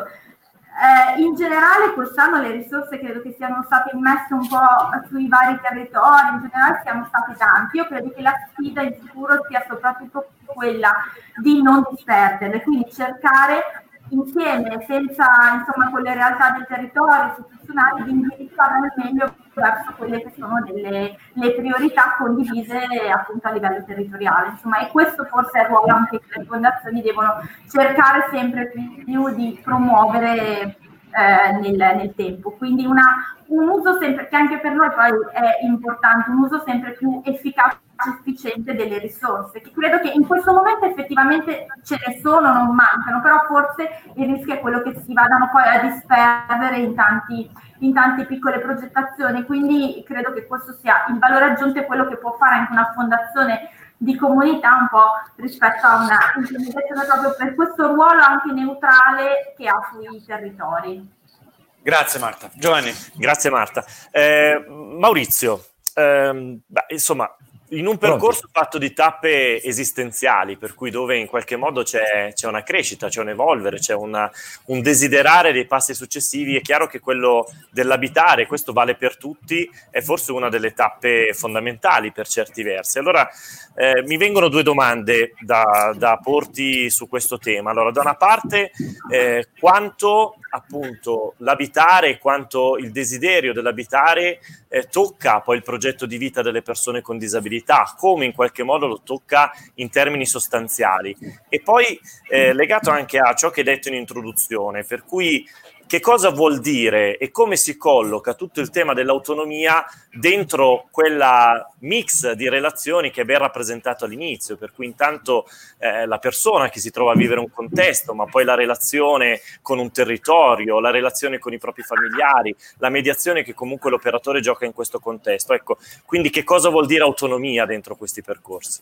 Eh, in generale quest'anno le risorse credo che siano state immesse un po' sui vari territori, in generale siamo stati tanti. Io credo che la sfida in futuro sia soprattutto quella di non disperderle, quindi cercare insieme, senza insomma con le realtà del territorio istituzionali, di indirizzare al meglio verso quelle che sono delle le priorità condivise appunto a livello territoriale. Insomma, e questo forse è il ruolo anche che le fondazioni devono cercare sempre più di promuovere eh, nel, nel tempo. Quindi una, un uso sempre, che anche per noi poi è importante, un uso sempre più efficace efficiente delle risorse, che credo che in questo momento effettivamente ce ne sono, non mancano, però forse il rischio è quello che si vadano poi a disperdere in tanti in tante piccole progettazioni. Quindi credo che questo sia il valore aggiunto, è quello che può fare anche una fondazione di comunità un po' rispetto a una implementazione proprio per questo ruolo anche neutrale che ha sui territori. Grazie Marta. Giovanni. Grazie Marta. Eh, Maurizio, ehm, beh, insomma, in un percorso Pronto. fatto di tappe esistenziali, per cui dove in qualche modo c'è, c'è una crescita, c'è un evolvere, c'è una, un desiderare dei passi successivi, è chiaro che quello dell'abitare, questo vale per tutti, è forse una delle tappe fondamentali per certi versi. Allora eh, mi vengono due domande da, da porti su questo tema. Allora, da una parte, eh, quanto appunto l'abitare, quanto il desiderio dell'abitare eh, tocca poi il progetto di vita delle persone con disabilità, come in qualche modo lo tocca in termini sostanziali, e poi eh, legato anche a ciò che hai detto in introduzione, per cui che cosa vuol dire e come si colloca tutto il tema dell'autonomia dentro quella mix di relazioni che è ben rappresentato all'inizio, per cui intanto eh, la persona che si trova a vivere un contesto, ma poi la relazione con un territorio, la relazione con i propri familiari, la mediazione che comunque l'operatore gioca in questo contesto. Ecco, quindi che cosa vuol dire autonomia dentro questi percorsi?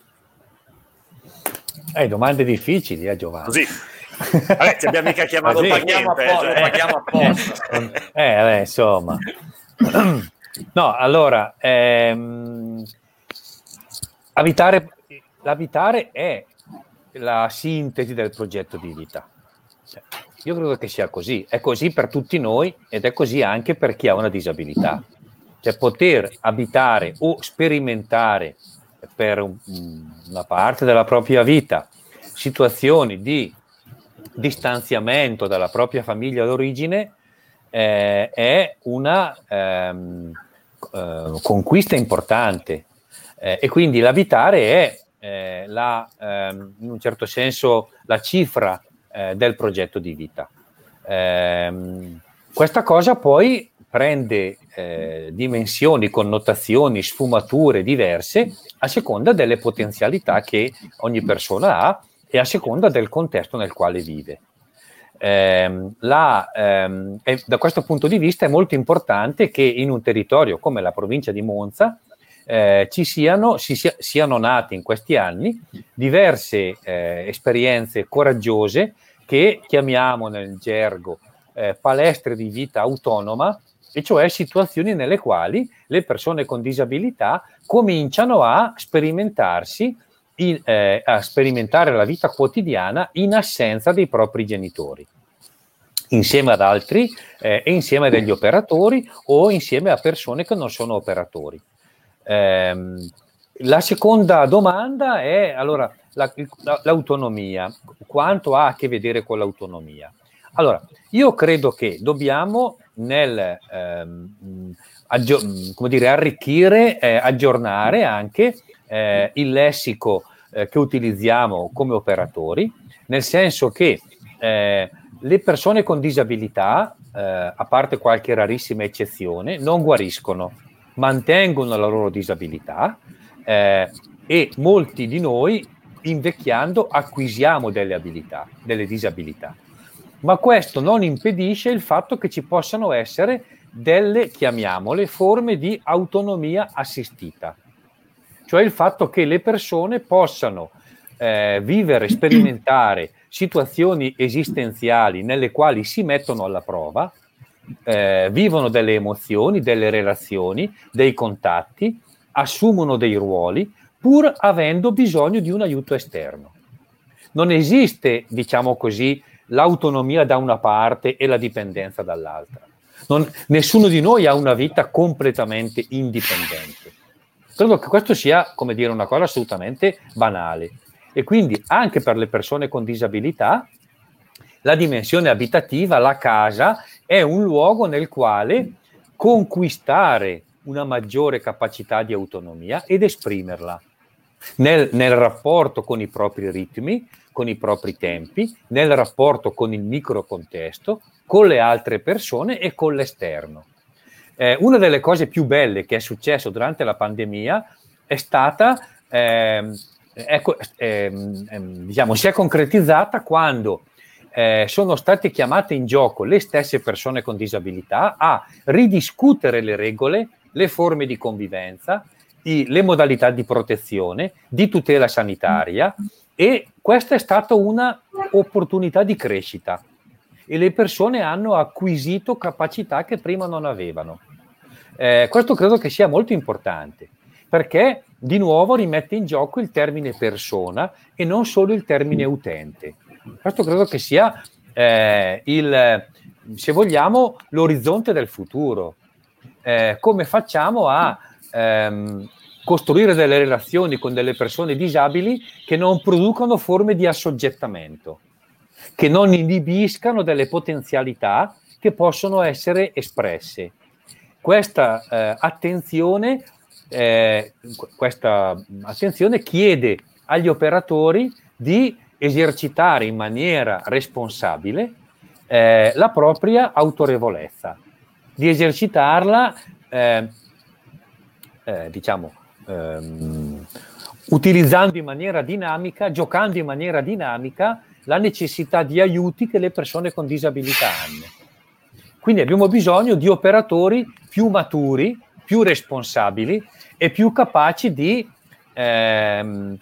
Eh, domande difficili, eh Giovanni. Così. Vabbè, ti abbiamo mica chiamato sì, paghiamo apposta, cioè. paghiamo apposta. Eh, beh, insomma. No, allora, ehm, abitare, l'abitare è la sintesi del progetto di vita. Cioè, io credo che sia così. È così per tutti noi ed è così anche per chi ha una disabilità. Cioè, poter abitare o sperimentare per un, una parte della propria vita situazioni di distanziamento dalla propria famiglia d'origine eh, è una ehm, eh, conquista importante eh, e quindi l'abitare è eh, la, ehm, in un certo senso la cifra eh, del progetto di vita. Eh, questa cosa poi prende eh, dimensioni, connotazioni, sfumature diverse a seconda delle potenzialità che ogni persona ha e a seconda del contesto nel quale vive. Eh, la, ehm, e da questo punto di vista è molto importante che in un territorio come la provincia di Monza eh, ci siano, si sia, siano nate in questi anni diverse eh, esperienze coraggiose che chiamiamo nel gergo eh, palestre di vita autonoma, e cioè situazioni nelle quali le persone con disabilità cominciano a sperimentarsi In, eh, a sperimentare la vita quotidiana in assenza dei propri genitori, insieme ad altri eh, e insieme a degli operatori o insieme a persone che non sono operatori. Eh, la seconda domanda è allora la, la, l'autonomia. Quanto ha a che vedere con l'autonomia? Allora, io credo che dobbiamo nel ehm, aggio- come dire, arricchire, eh, aggiornare anche eh, il lessico eh, che utilizziamo come operatori, nel senso che eh, le persone con disabilità, eh, a parte qualche rarissima eccezione, non guariscono, mantengono la loro disabilità eh, e molti di noi, invecchiando, acquisiamo delle abilità, delle disabilità. Ma questo non impedisce il fatto che ci possano essere delle, chiamiamole, forme di autonomia assistita, cioè il fatto che le persone possano eh, vivere, sperimentare situazioni esistenziali nelle quali si mettono alla prova, eh, vivono delle emozioni, delle relazioni, dei contatti, assumono dei ruoli, pur avendo bisogno di un aiuto esterno. Non esiste, diciamo così, l'autonomia da una parte e la dipendenza dall'altra. Non, nessuno di noi ha una vita completamente indipendente. Credo che questo sia, come dire, una cosa assolutamente banale. E quindi anche per le persone con disabilità la dimensione abitativa, la casa, è un luogo nel quale conquistare una maggiore capacità di autonomia ed esprimerla nel, nel rapporto con i propri ritmi, con i propri tempi, nel rapporto con il microcontesto, con le altre persone e con l'esterno. Eh, una delle cose più belle che è successo durante la pandemia è stata, ehm, ecco, ehm, ehm, diciamo, si è concretizzata quando eh, sono state chiamate in gioco le stesse persone con disabilità a ridiscutere le regole, le forme di convivenza, i, le modalità di protezione, di tutela sanitaria, e questa è stata una opportunità di crescita e le persone hanno acquisito capacità che prima non avevano. Eh, questo credo che sia molto importante, perché di nuovo rimette in gioco il termine persona e non solo il termine utente. Questo credo che sia eh, il, se vogliamo, l'orizzonte del futuro. Eh, come facciamo a ehm, costruire delle relazioni con delle persone disabili che non producono forme di assoggettamento, che non inibiscano delle potenzialità che possono essere espresse. Questa eh, attenzione, eh, questa attenzione chiede agli operatori di esercitare in maniera responsabile eh, la propria autorevolezza, di esercitarla eh, eh, diciamo ehm, utilizzando in maniera dinamica, giocando in maniera dinamica la necessità di aiuti che le persone con disabilità hanno. Quindi abbiamo bisogno di operatori più maturi, più responsabili e più capaci di ehm,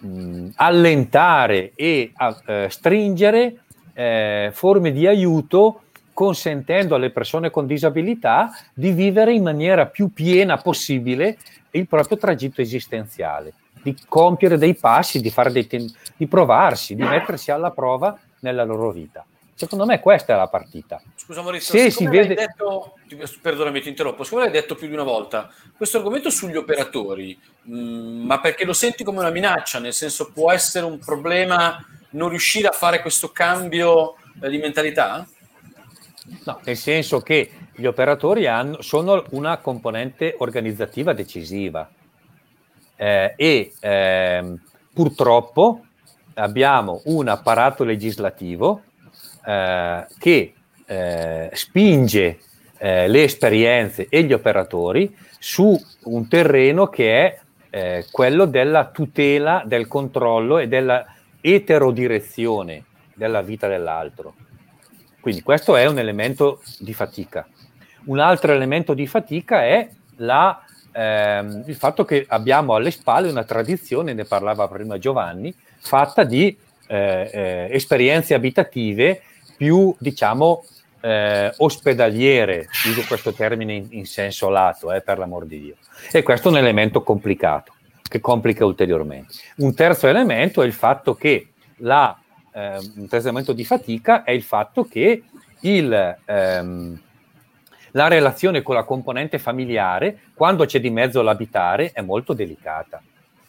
allentare e eh, stringere eh, forme di aiuto, consentendo alle persone con disabilità di vivere in maniera più piena possibile il proprio tragitto esistenziale, di compiere dei passi, di fare dei ten- di provarsi, di mettersi alla prova nella loro vita. Secondo me questa è la partita. Scusa Maurizio, se si vede... detto, perdonami ti interrompo, siccome l'hai detto più di una volta, questo argomento sugli operatori, mh, ma perché lo senti come una minaccia, nel senso può essere un problema non riuscire a fare questo cambio eh, di mentalità? No, nel senso che gli operatori hanno, sono una componente organizzativa decisiva eh, e eh, purtroppo abbiamo un apparato legislativo eh, che eh, spinge eh, le esperienze e gli operatori su un terreno che è eh, quello della tutela, del controllo e della eterodirezione della vita dell'altro. Quindi questo è un elemento di fatica. Un altro elemento di fatica è la, ehm, il fatto che abbiamo alle spalle una tradizione, ne parlava prima Giovanni, fatta di eh, eh, esperienze abitative più, diciamo, eh, ospedaliere, uso questo termine in, in senso lato, eh, per l'amor di Dio. E questo è un elemento complicato, che complica ulteriormente. Un terzo elemento è il fatto che la Eh, un terzo elemento di fatica è il fatto che il, ehm, la relazione con la componente familiare, quando c'è di mezzo l'abitare, è molto delicata.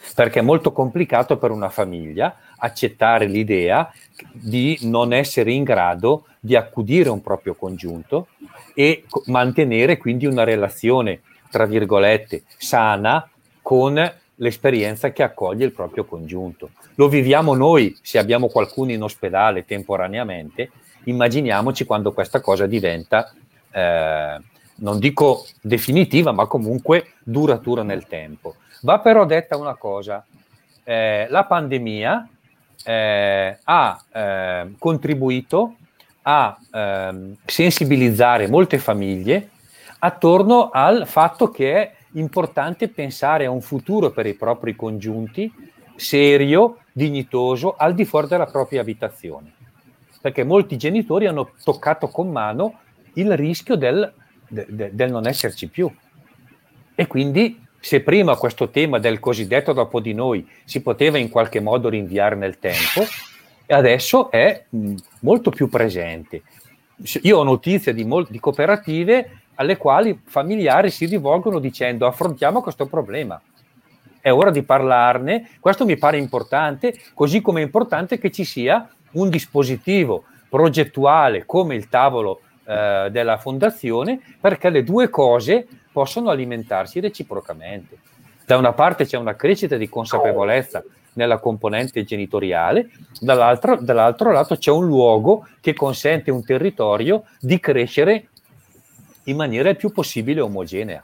perché è molto complicato per una famiglia accettare l'idea di non essere in grado di accudire un proprio congiunto e co- mantenere quindi una relazione, tra virgolette, sana con l'esperienza che accoglie il proprio congiunto. Lo viviamo noi se abbiamo qualcuno in ospedale temporaneamente, immaginiamoci quando questa cosa diventa, eh, non dico definitiva, ma comunque duratura nel tempo. Va però detta una cosa, eh, la pandemia eh, ha eh, contribuito a eh, sensibilizzare molte famiglie attorno al fatto che è importante pensare a un futuro per i propri congiunti serio, dignitoso, al di fuori della propria abitazione. Perché molti genitori hanno toccato con mano il rischio del, de, del non esserci più. E quindi, se prima questo tema del cosiddetto dopo di noi si poteva in qualche modo rinviare nel tempo, adesso è mh, molto più presente. Io ho notizie di, mol- di cooperative alle quali familiari si rivolgono dicendo affrontiamo questo problema. È ora di parlarne, questo mi pare importante, così come è importante che ci sia un dispositivo progettuale come il tavolo eh, della fondazione, perché le due cose possono alimentarsi reciprocamente. Da una parte c'è una crescita di consapevolezza nella componente genitoriale, dall'altro, dall'altro lato c'è un luogo che consente a un territorio di crescere in maniera il più possibile omogenea.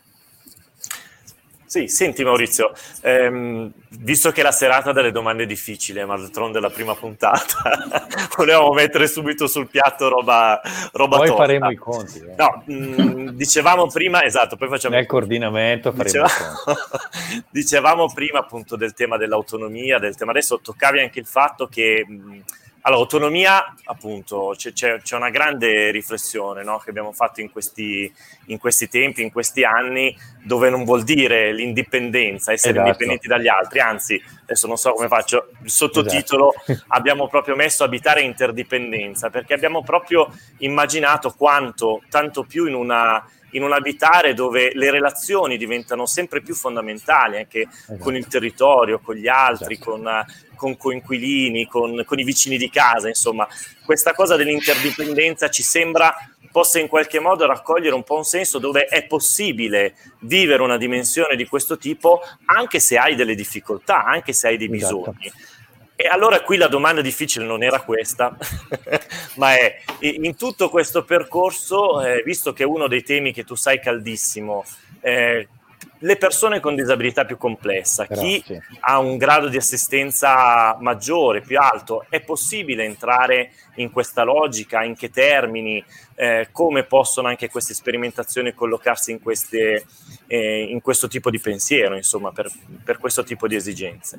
Sì, senti Maurizio, ehm, visto che la serata ha delle domande difficili, ma d'altronde è la prima puntata, volevamo mettere subito sul piatto roba, roba poi tosta. Faremo i conti. Eh. No, mh, dicevamo prima, esatto, poi facciamo... Nel coordinamento faremo dicevamo, i conti. Dicevamo prima appunto del tema dell'autonomia, del tema adesso toccavi anche il fatto che... Mh, Allora, autonomia, appunto, c'è, c'è, c'è una grande riflessione, no, che abbiamo fatto in questi, in questi tempi, in questi anni, dove non vuol dire l'indipendenza, essere esatto. indipendenti dagli altri, anzi, adesso non so come faccio, il sottotitolo, esatto. Abbiamo proprio messo abitare interdipendenza, perché abbiamo proprio immaginato quanto, tanto più in una... in un abitare dove le relazioni diventano sempre più fondamentali, anche esatto. con il territorio, con gli altri, esatto. con, con coinquilini, con, con i vicini di casa, insomma, questa cosa dell'interdipendenza ci sembra possa in qualche modo raccogliere un po' un senso dove è possibile vivere una dimensione di questo tipo anche se hai delle difficoltà, anche se hai dei bisogni. Esatto. E allora qui la domanda difficile non era questa, ma è in tutto questo percorso, eh, visto che è uno dei temi che tu sai caldissimo, eh, le persone con disabilità più complessa, Però, chi sì. ha un grado di assistenza maggiore, più alto, è possibile entrare in questa logica? In che termini? Eh, come possono anche queste sperimentazioni collocarsi in, queste, eh, in questo tipo di pensiero, insomma, per, per questo tipo di esigenze?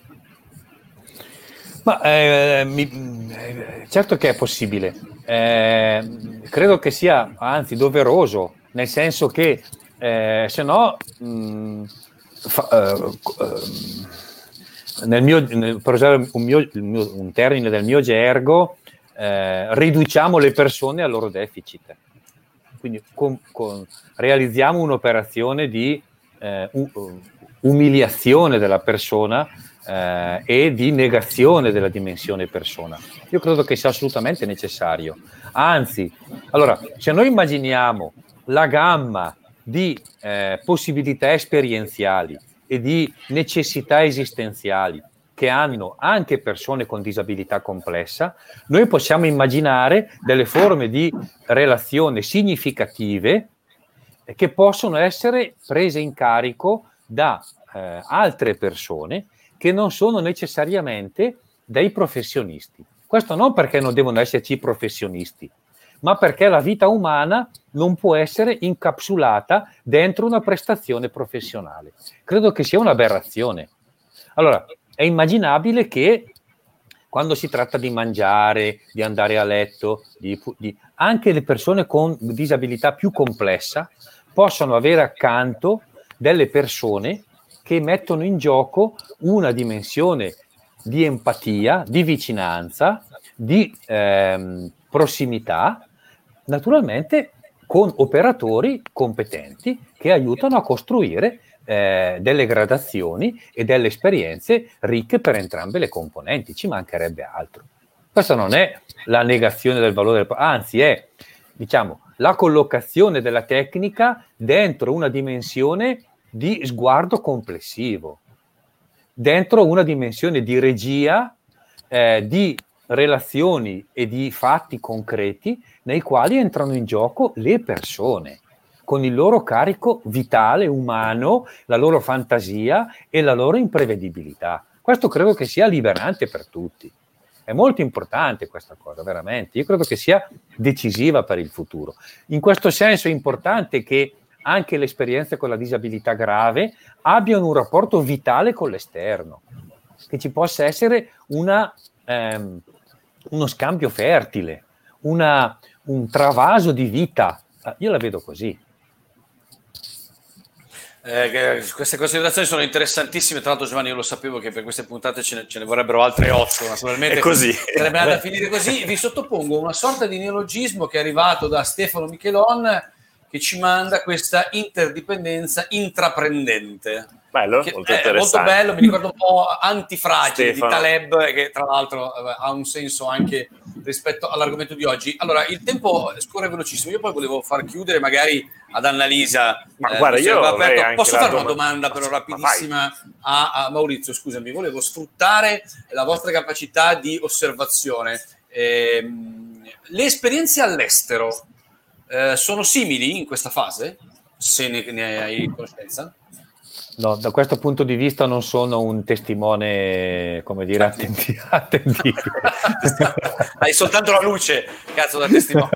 Ma eh, mi, certo che è possibile, eh, credo che sia anzi doveroso, nel senso che eh, se no mh, fa, eh, nel mio, nel, per usare un, mio, il mio, un termine del mio gergo, eh, riduciamo le persone al loro deficit, quindi con, con, realizziamo un'operazione di eh, umiliazione della persona Eh, e di negazione della dimensione persona. Io credo che sia assolutamente necessario. Anzi, allora, se noi immaginiamo la gamma di eh, possibilità esperienziali e di necessità esistenziali che hanno anche persone con disabilità complessa, noi possiamo immaginare delle forme di relazione significative che possono essere prese in carico da eh, altre persone che non sono necessariamente dei professionisti. Questo non perché non devono esserci professionisti, ma perché la vita umana non può essere incapsulata dentro una prestazione professionale. Credo che sia un'aberrazione. Allora, è immaginabile che quando si tratta di mangiare, di andare a letto, di, di, anche le persone con disabilità più complessa possano avere accanto delle persone che mettono in gioco una dimensione di empatia, di vicinanza, di ehm, prossimità, naturalmente con operatori competenti che aiutano a costruire eh, delle gradazioni e delle esperienze ricche per entrambe le componenti, ci mancherebbe altro. Questa non è la negazione del valore, del, anzi è, diciamo, la collocazione della tecnica dentro una dimensione di sguardo complessivo, dentro una dimensione di regia, eh, di relazioni e di fatti concreti nei quali entrano in gioco le persone, con il loro carico vitale, umano, la loro fantasia e la loro imprevedibilità. Questo credo che sia liberante per tutti. È molto importante questa cosa, veramente. Io credo che sia decisiva per il futuro. In questo senso è importante che anche le esperienze con la disabilità grave abbiano un rapporto vitale con l'esterno, che ci possa essere una, ehm, uno scambio fertile, una, un travaso di vita. Io la vedo così. Eh, queste considerazioni sono interessantissime. Tra l'altro, Giovanni, io lo sapevo che per queste puntate ce ne, ce ne vorrebbero altre otto. Naturalmente è così. Sarebbe andata a finire così. Vi sottopongo una sorta di neologismo che è arrivato da Stefano Michelon, che ci manda questa interdipendenza intraprendente. Bello, che molto, è molto bello, mi ricorda un po' Antifragile Stefano. Di Taleb, che tra l'altro ha un senso anche rispetto all'argomento di oggi. Allora, il tempo scorre velocissimo, io poi volevo far chiudere magari ad Annalisa. Ma eh, guarda, io aperto. Posso fare dom- una domanda però rapidissima a, a Maurizio, scusami, volevo sfruttare la vostra capacità di osservazione. Eh, le esperienze all'estero eh, sono simili in questa fase? Se ne, ne hai conoscenza? No, da questo punto di vista non sono un testimone, come dire, attendi- attendibile. Hai soltanto la luce, cazzo, da testimone.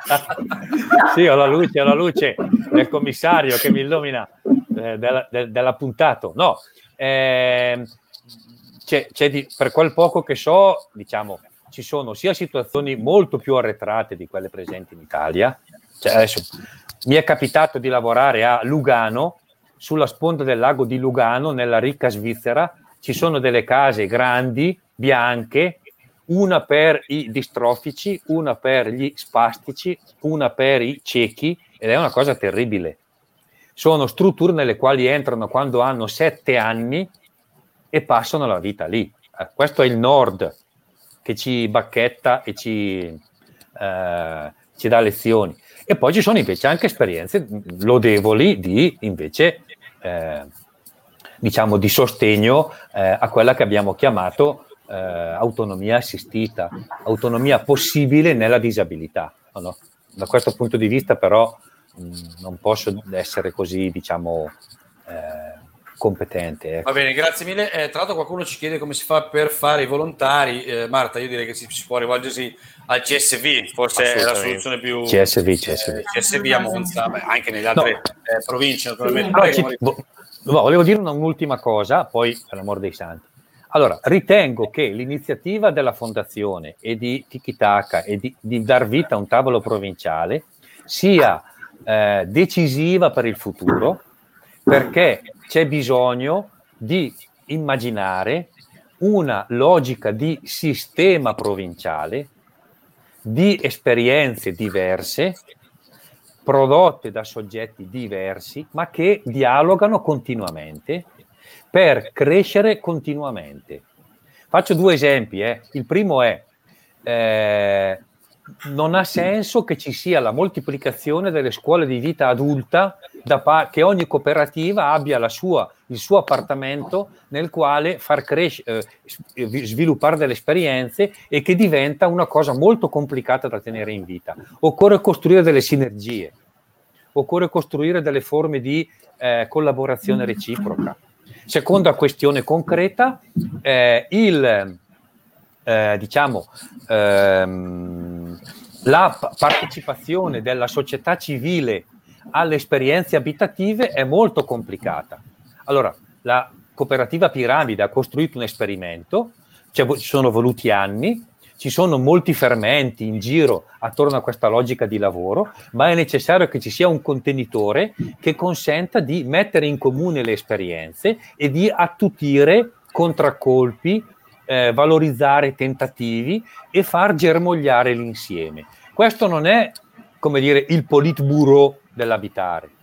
Sì, ho la luce, ho la luce del commissario che mi illumina eh, della, del, della puntata. No, eh, c'è, c'è di, per quel poco che so, diciamo, ci sono sia situazioni molto più arretrate di quelle presenti in Italia. Cioè, adesso mi è capitato di lavorare a Lugano, sulla sponda del lago di Lugano, nella ricca Svizzera. Ci sono delle case grandi, bianche, una per i distrofici, una per gli spastici, una per i ciechi, ed è una cosa terribile. Sono strutture nelle quali entrano quando hanno sette anni e passano la vita lì. Eh, questo è il nord che ci bacchetta e ci, eh, ci dà lezioni. E poi ci sono invece anche esperienze lodevoli di, invece, eh, diciamo, di sostegno eh, a quella che abbiamo chiamato eh, autonomia assistita, autonomia possibile nella disabilità. No, no. Da questo punto di vista però mh, non posso essere così, diciamo, eh, competente. Ecco. Va bene, grazie mille. Eh, tra l'altro qualcuno ci chiede come si fa per fare i volontari. Eh, Marta, io direi che si, si può rivolgersi al C S V, forse è la soluzione più... C S V, C S V. Eh, C S V a Monza, beh, anche nelle altre no. eh, province naturalmente. Però ci, vo- volevo dire una, un'ultima cosa, poi per l'amor dei santi. Allora, ritengo che l'iniziativa della Fondazione e di Tiki Taka e di, di dar vita a un tavolo provinciale sia eh, decisiva per il futuro, perché c'è bisogno di immaginare una logica di sistema provinciale, di esperienze diverse, prodotte da soggetti diversi, ma che dialogano continuamente per crescere continuamente. Faccio due esempi. Eh. Il primo è eh, non ha senso che ci sia la moltiplicazione delle scuole di vita adulta, da par- che ogni cooperativa abbia la sua, il suo appartamento nel quale far crescere, eh, sviluppare delle esperienze, e che diventa una cosa molto complicata da tenere in vita. Occorre costruire delle sinergie, occorre costruire delle forme di eh, collaborazione reciproca. Seconda questione concreta, eh, il eh, diciamo ehm, la p- partecipazione della società civile alle esperienze abitative è molto complicata. Allora, la cooperativa Piramide ha costruito un esperimento, cioè, ci sono voluti anni, ci sono molti fermenti in giro attorno a questa logica di lavoro, ma è necessario che ci sia un contenitore che consenta di mettere in comune le esperienze e di attutire contraccolpi, eh, valorizzare tentativi e far germogliare l'insieme. Questo non è, come dire, il Politburo dell'abitare.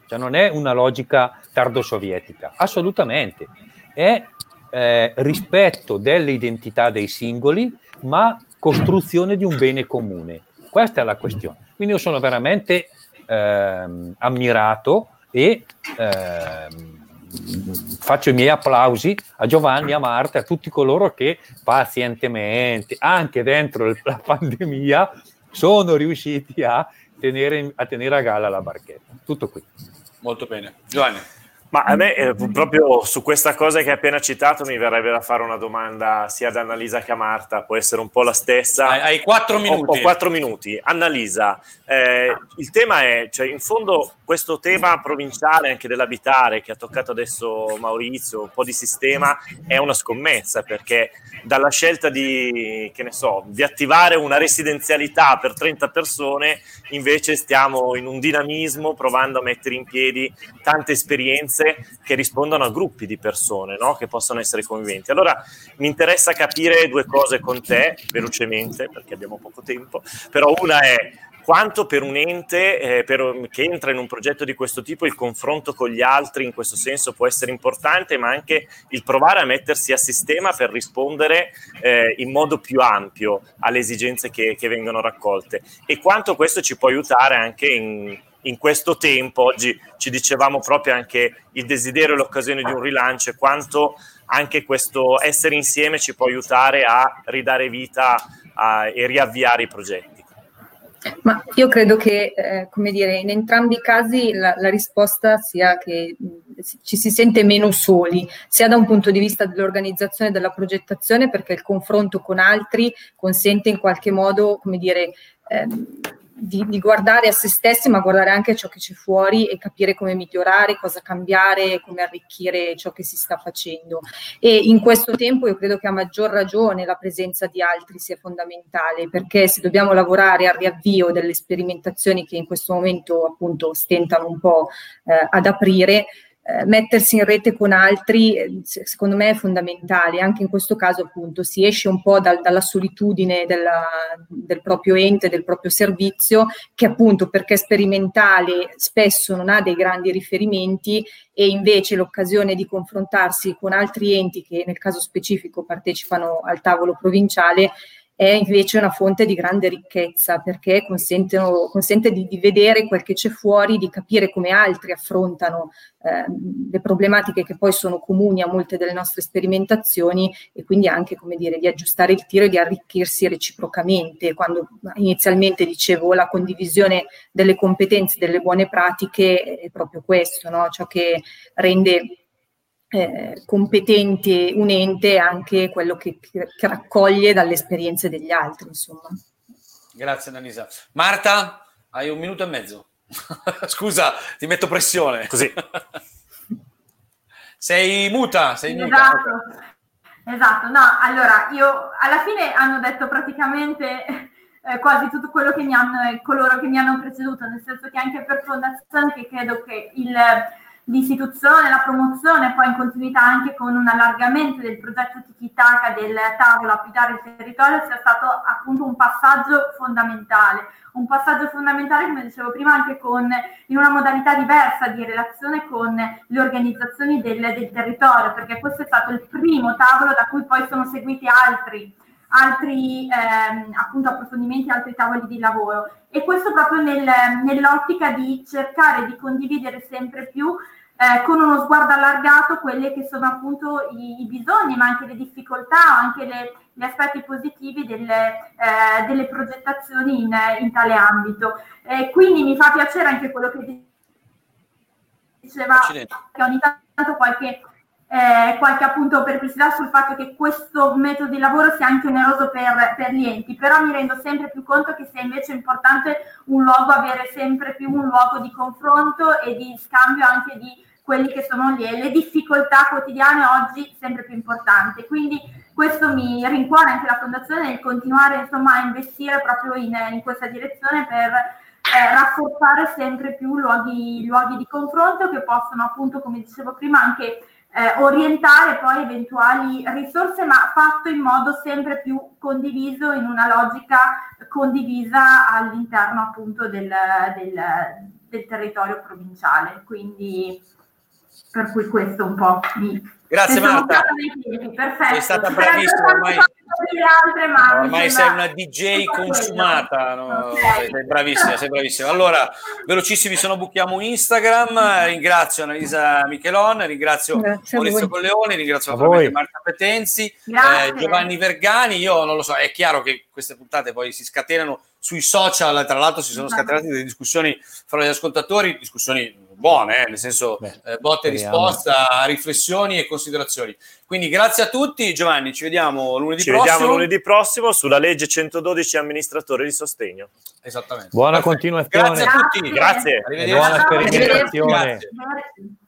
cioè non è una logica tardo-sovietica, assolutamente, è eh, rispetto delle identità dei singoli, ma costruzione di un bene comune. Questa è la questione. Quindi io sono veramente ehm, ammirato e ehm, faccio i miei applausi a Giovanni, a Marta, a tutti coloro che pazientemente, anche dentro la pandemia, sono riusciti a tenere a, tenere a galla la barchetta. Tutto qui. Molto bene. Giovanni. Ma a me, eh, proprio su questa cosa che hai appena citato, mi verrebbe da fare una domanda sia ad Annalisa che a Marta, può essere un po' la stessa. Hai, hai quattro minuti. Ho, ho quattro minuti. Annalisa, eh, il tema è, cioè, in fondo questo tema provinciale anche dell'abitare che ha toccato adesso Maurizio, un po' di sistema, è una scommessa, perché dalla scelta di, che ne so, di attivare una residenzialità per trenta persone, invece stiamo in un dinamismo provando a mettere in piedi tante esperienze che rispondono a gruppi di persone, no? Che possono essere conviventi. Allora mi interessa capire due cose con te velocemente, perché abbiamo poco tempo, però una è quanto per un ente eh, per, che entra in un progetto di questo tipo il confronto con gli altri in questo senso può essere importante, ma anche il provare a mettersi a sistema per rispondere eh, in modo più ampio alle esigenze che, che vengono raccolte, e quanto questo ci può aiutare anche in in questo tempo. Oggi ci dicevamo proprio anche il desiderio e l'occasione di un rilancio, e quanto anche questo essere insieme ci può aiutare a ridare vita a, e riavviare i progetti. Ma io credo che, eh, come dire, in entrambi i casi la, la risposta sia che mh, ci si sente meno soli, sia da un punto di vista dell'organizzazione e della progettazione, perché il confronto con altri consente in qualche modo, come dire, ehm, Di, di guardare a se stessi, ma guardare anche ciò che c'è fuori e capire come migliorare, cosa cambiare, come arricchire ciò che si sta facendo. E in questo tempo io credo che a maggior ragione la presenza di altri sia fondamentale, perché se dobbiamo lavorare al riavvio delle sperimentazioni che in questo momento appunto stentano un po' eh, ad aprire, Eh, mettersi in rete con altri eh, secondo me è fondamentale. Anche in questo caso appunto si esce un po' dal, dalla solitudine della, del proprio ente, del proprio servizio, che appunto perché sperimentale spesso non ha dei grandi riferimenti, e invece l'occasione di confrontarsi con altri enti che nel caso specifico partecipano al tavolo provinciale è invece una fonte di grande ricchezza, perché consentono, consente di, di vedere quel che c'è fuori, di capire come altri affrontano eh, le problematiche che poi sono comuni a molte delle nostre sperimentazioni, e quindi anche, come dire, di aggiustare il tiro e di arricchirsi reciprocamente. Quando inizialmente dicevo la condivisione delle competenze, delle buone pratiche, è proprio questo, no? Ciò che rende Eh, competente un ente anche quello che, che, che raccoglie dalle esperienze degli altri, insomma. Grazie Annalisa. Marta, hai un minuto e mezzo. Scusa, ti metto pressione. Così. Sei muta, sei muta. Esatto, esatto. No, allora, io alla fine hanno detto praticamente eh, quasi tutto quello che mi hanno, coloro che mi hanno preceduto, nel senso che anche per Fondazione, che credo che il l'istituzione, la promozione, poi in continuità anche con un allargamento del progetto Tiki-Taka del tavolo Abitare il territorio, sia stato appunto un passaggio fondamentale, un passaggio fondamentale, come dicevo prima, anche con in una modalità diversa di relazione con le organizzazioni del, del territorio, perché questo è stato il primo tavolo da cui poi sono seguiti altri altri ehm, appunto approfondimenti, altri tavoli di lavoro, e questo proprio nel, nell'ottica di cercare di condividere sempre più eh, con uno sguardo allargato quelli che sono appunto i, i bisogni, ma anche le difficoltà, anche le, gli aspetti positivi delle, eh, delle progettazioni in, in tale ambito. Eh, quindi mi fa piacere anche quello che diceva, Accidenti. Che ogni tanto qualche Eh, qualche appunto perplessità sul fatto che questo metodo di lavoro sia anche oneroso per, per gli enti, però mi rendo sempre più conto che sia invece importante un luogo, avere sempre più un luogo di confronto e di scambio anche di quelli che sono le, le difficoltà quotidiane, oggi sempre più importanti. Quindi questo mi rincuora anche la Fondazione nel continuare insomma a investire proprio in, in questa direzione per eh, rafforzare sempre più luoghi, luoghi di confronto che possono appunto, come dicevo prima, anche Eh, orientare poi eventuali risorse, ma fatto in modo sempre più condiviso, in una logica condivisa all'interno appunto del, del, del territorio provinciale. Quindi per cui questo un po' mi... Grazie Marta, perfetto. sei stata bravissima, ormai, altre, ma ormai sei una D J consumata, no? Okay. sei bravissima, sei bravissima. Allora, velocissimi, se no buchiamo Instagram. Ringrazio Annalisa Michelon, ringrazio Grazie Maurizio Colleoni, ringrazio naturalmente Marta Petenzi, eh, Giovanni Vergani. Io non lo so, è chiaro che queste puntate poi si scatenano sui social, tra l'altro si sono scatenate delle discussioni fra gli ascoltatori, discussioni buone, eh, nel senso Beh, eh, botte e risposta, riflessioni e considerazioni. Quindi grazie a tutti. Giovanni, ci vediamo lunedì ci prossimo. Ci vediamo lunedì prossimo sulla legge centododici amministratori di sostegno. Esattamente. Buona Perfetto. continuazione. Grazie a tutti. Grazie. Arrivederci. Buona sperimentazione. Grazie.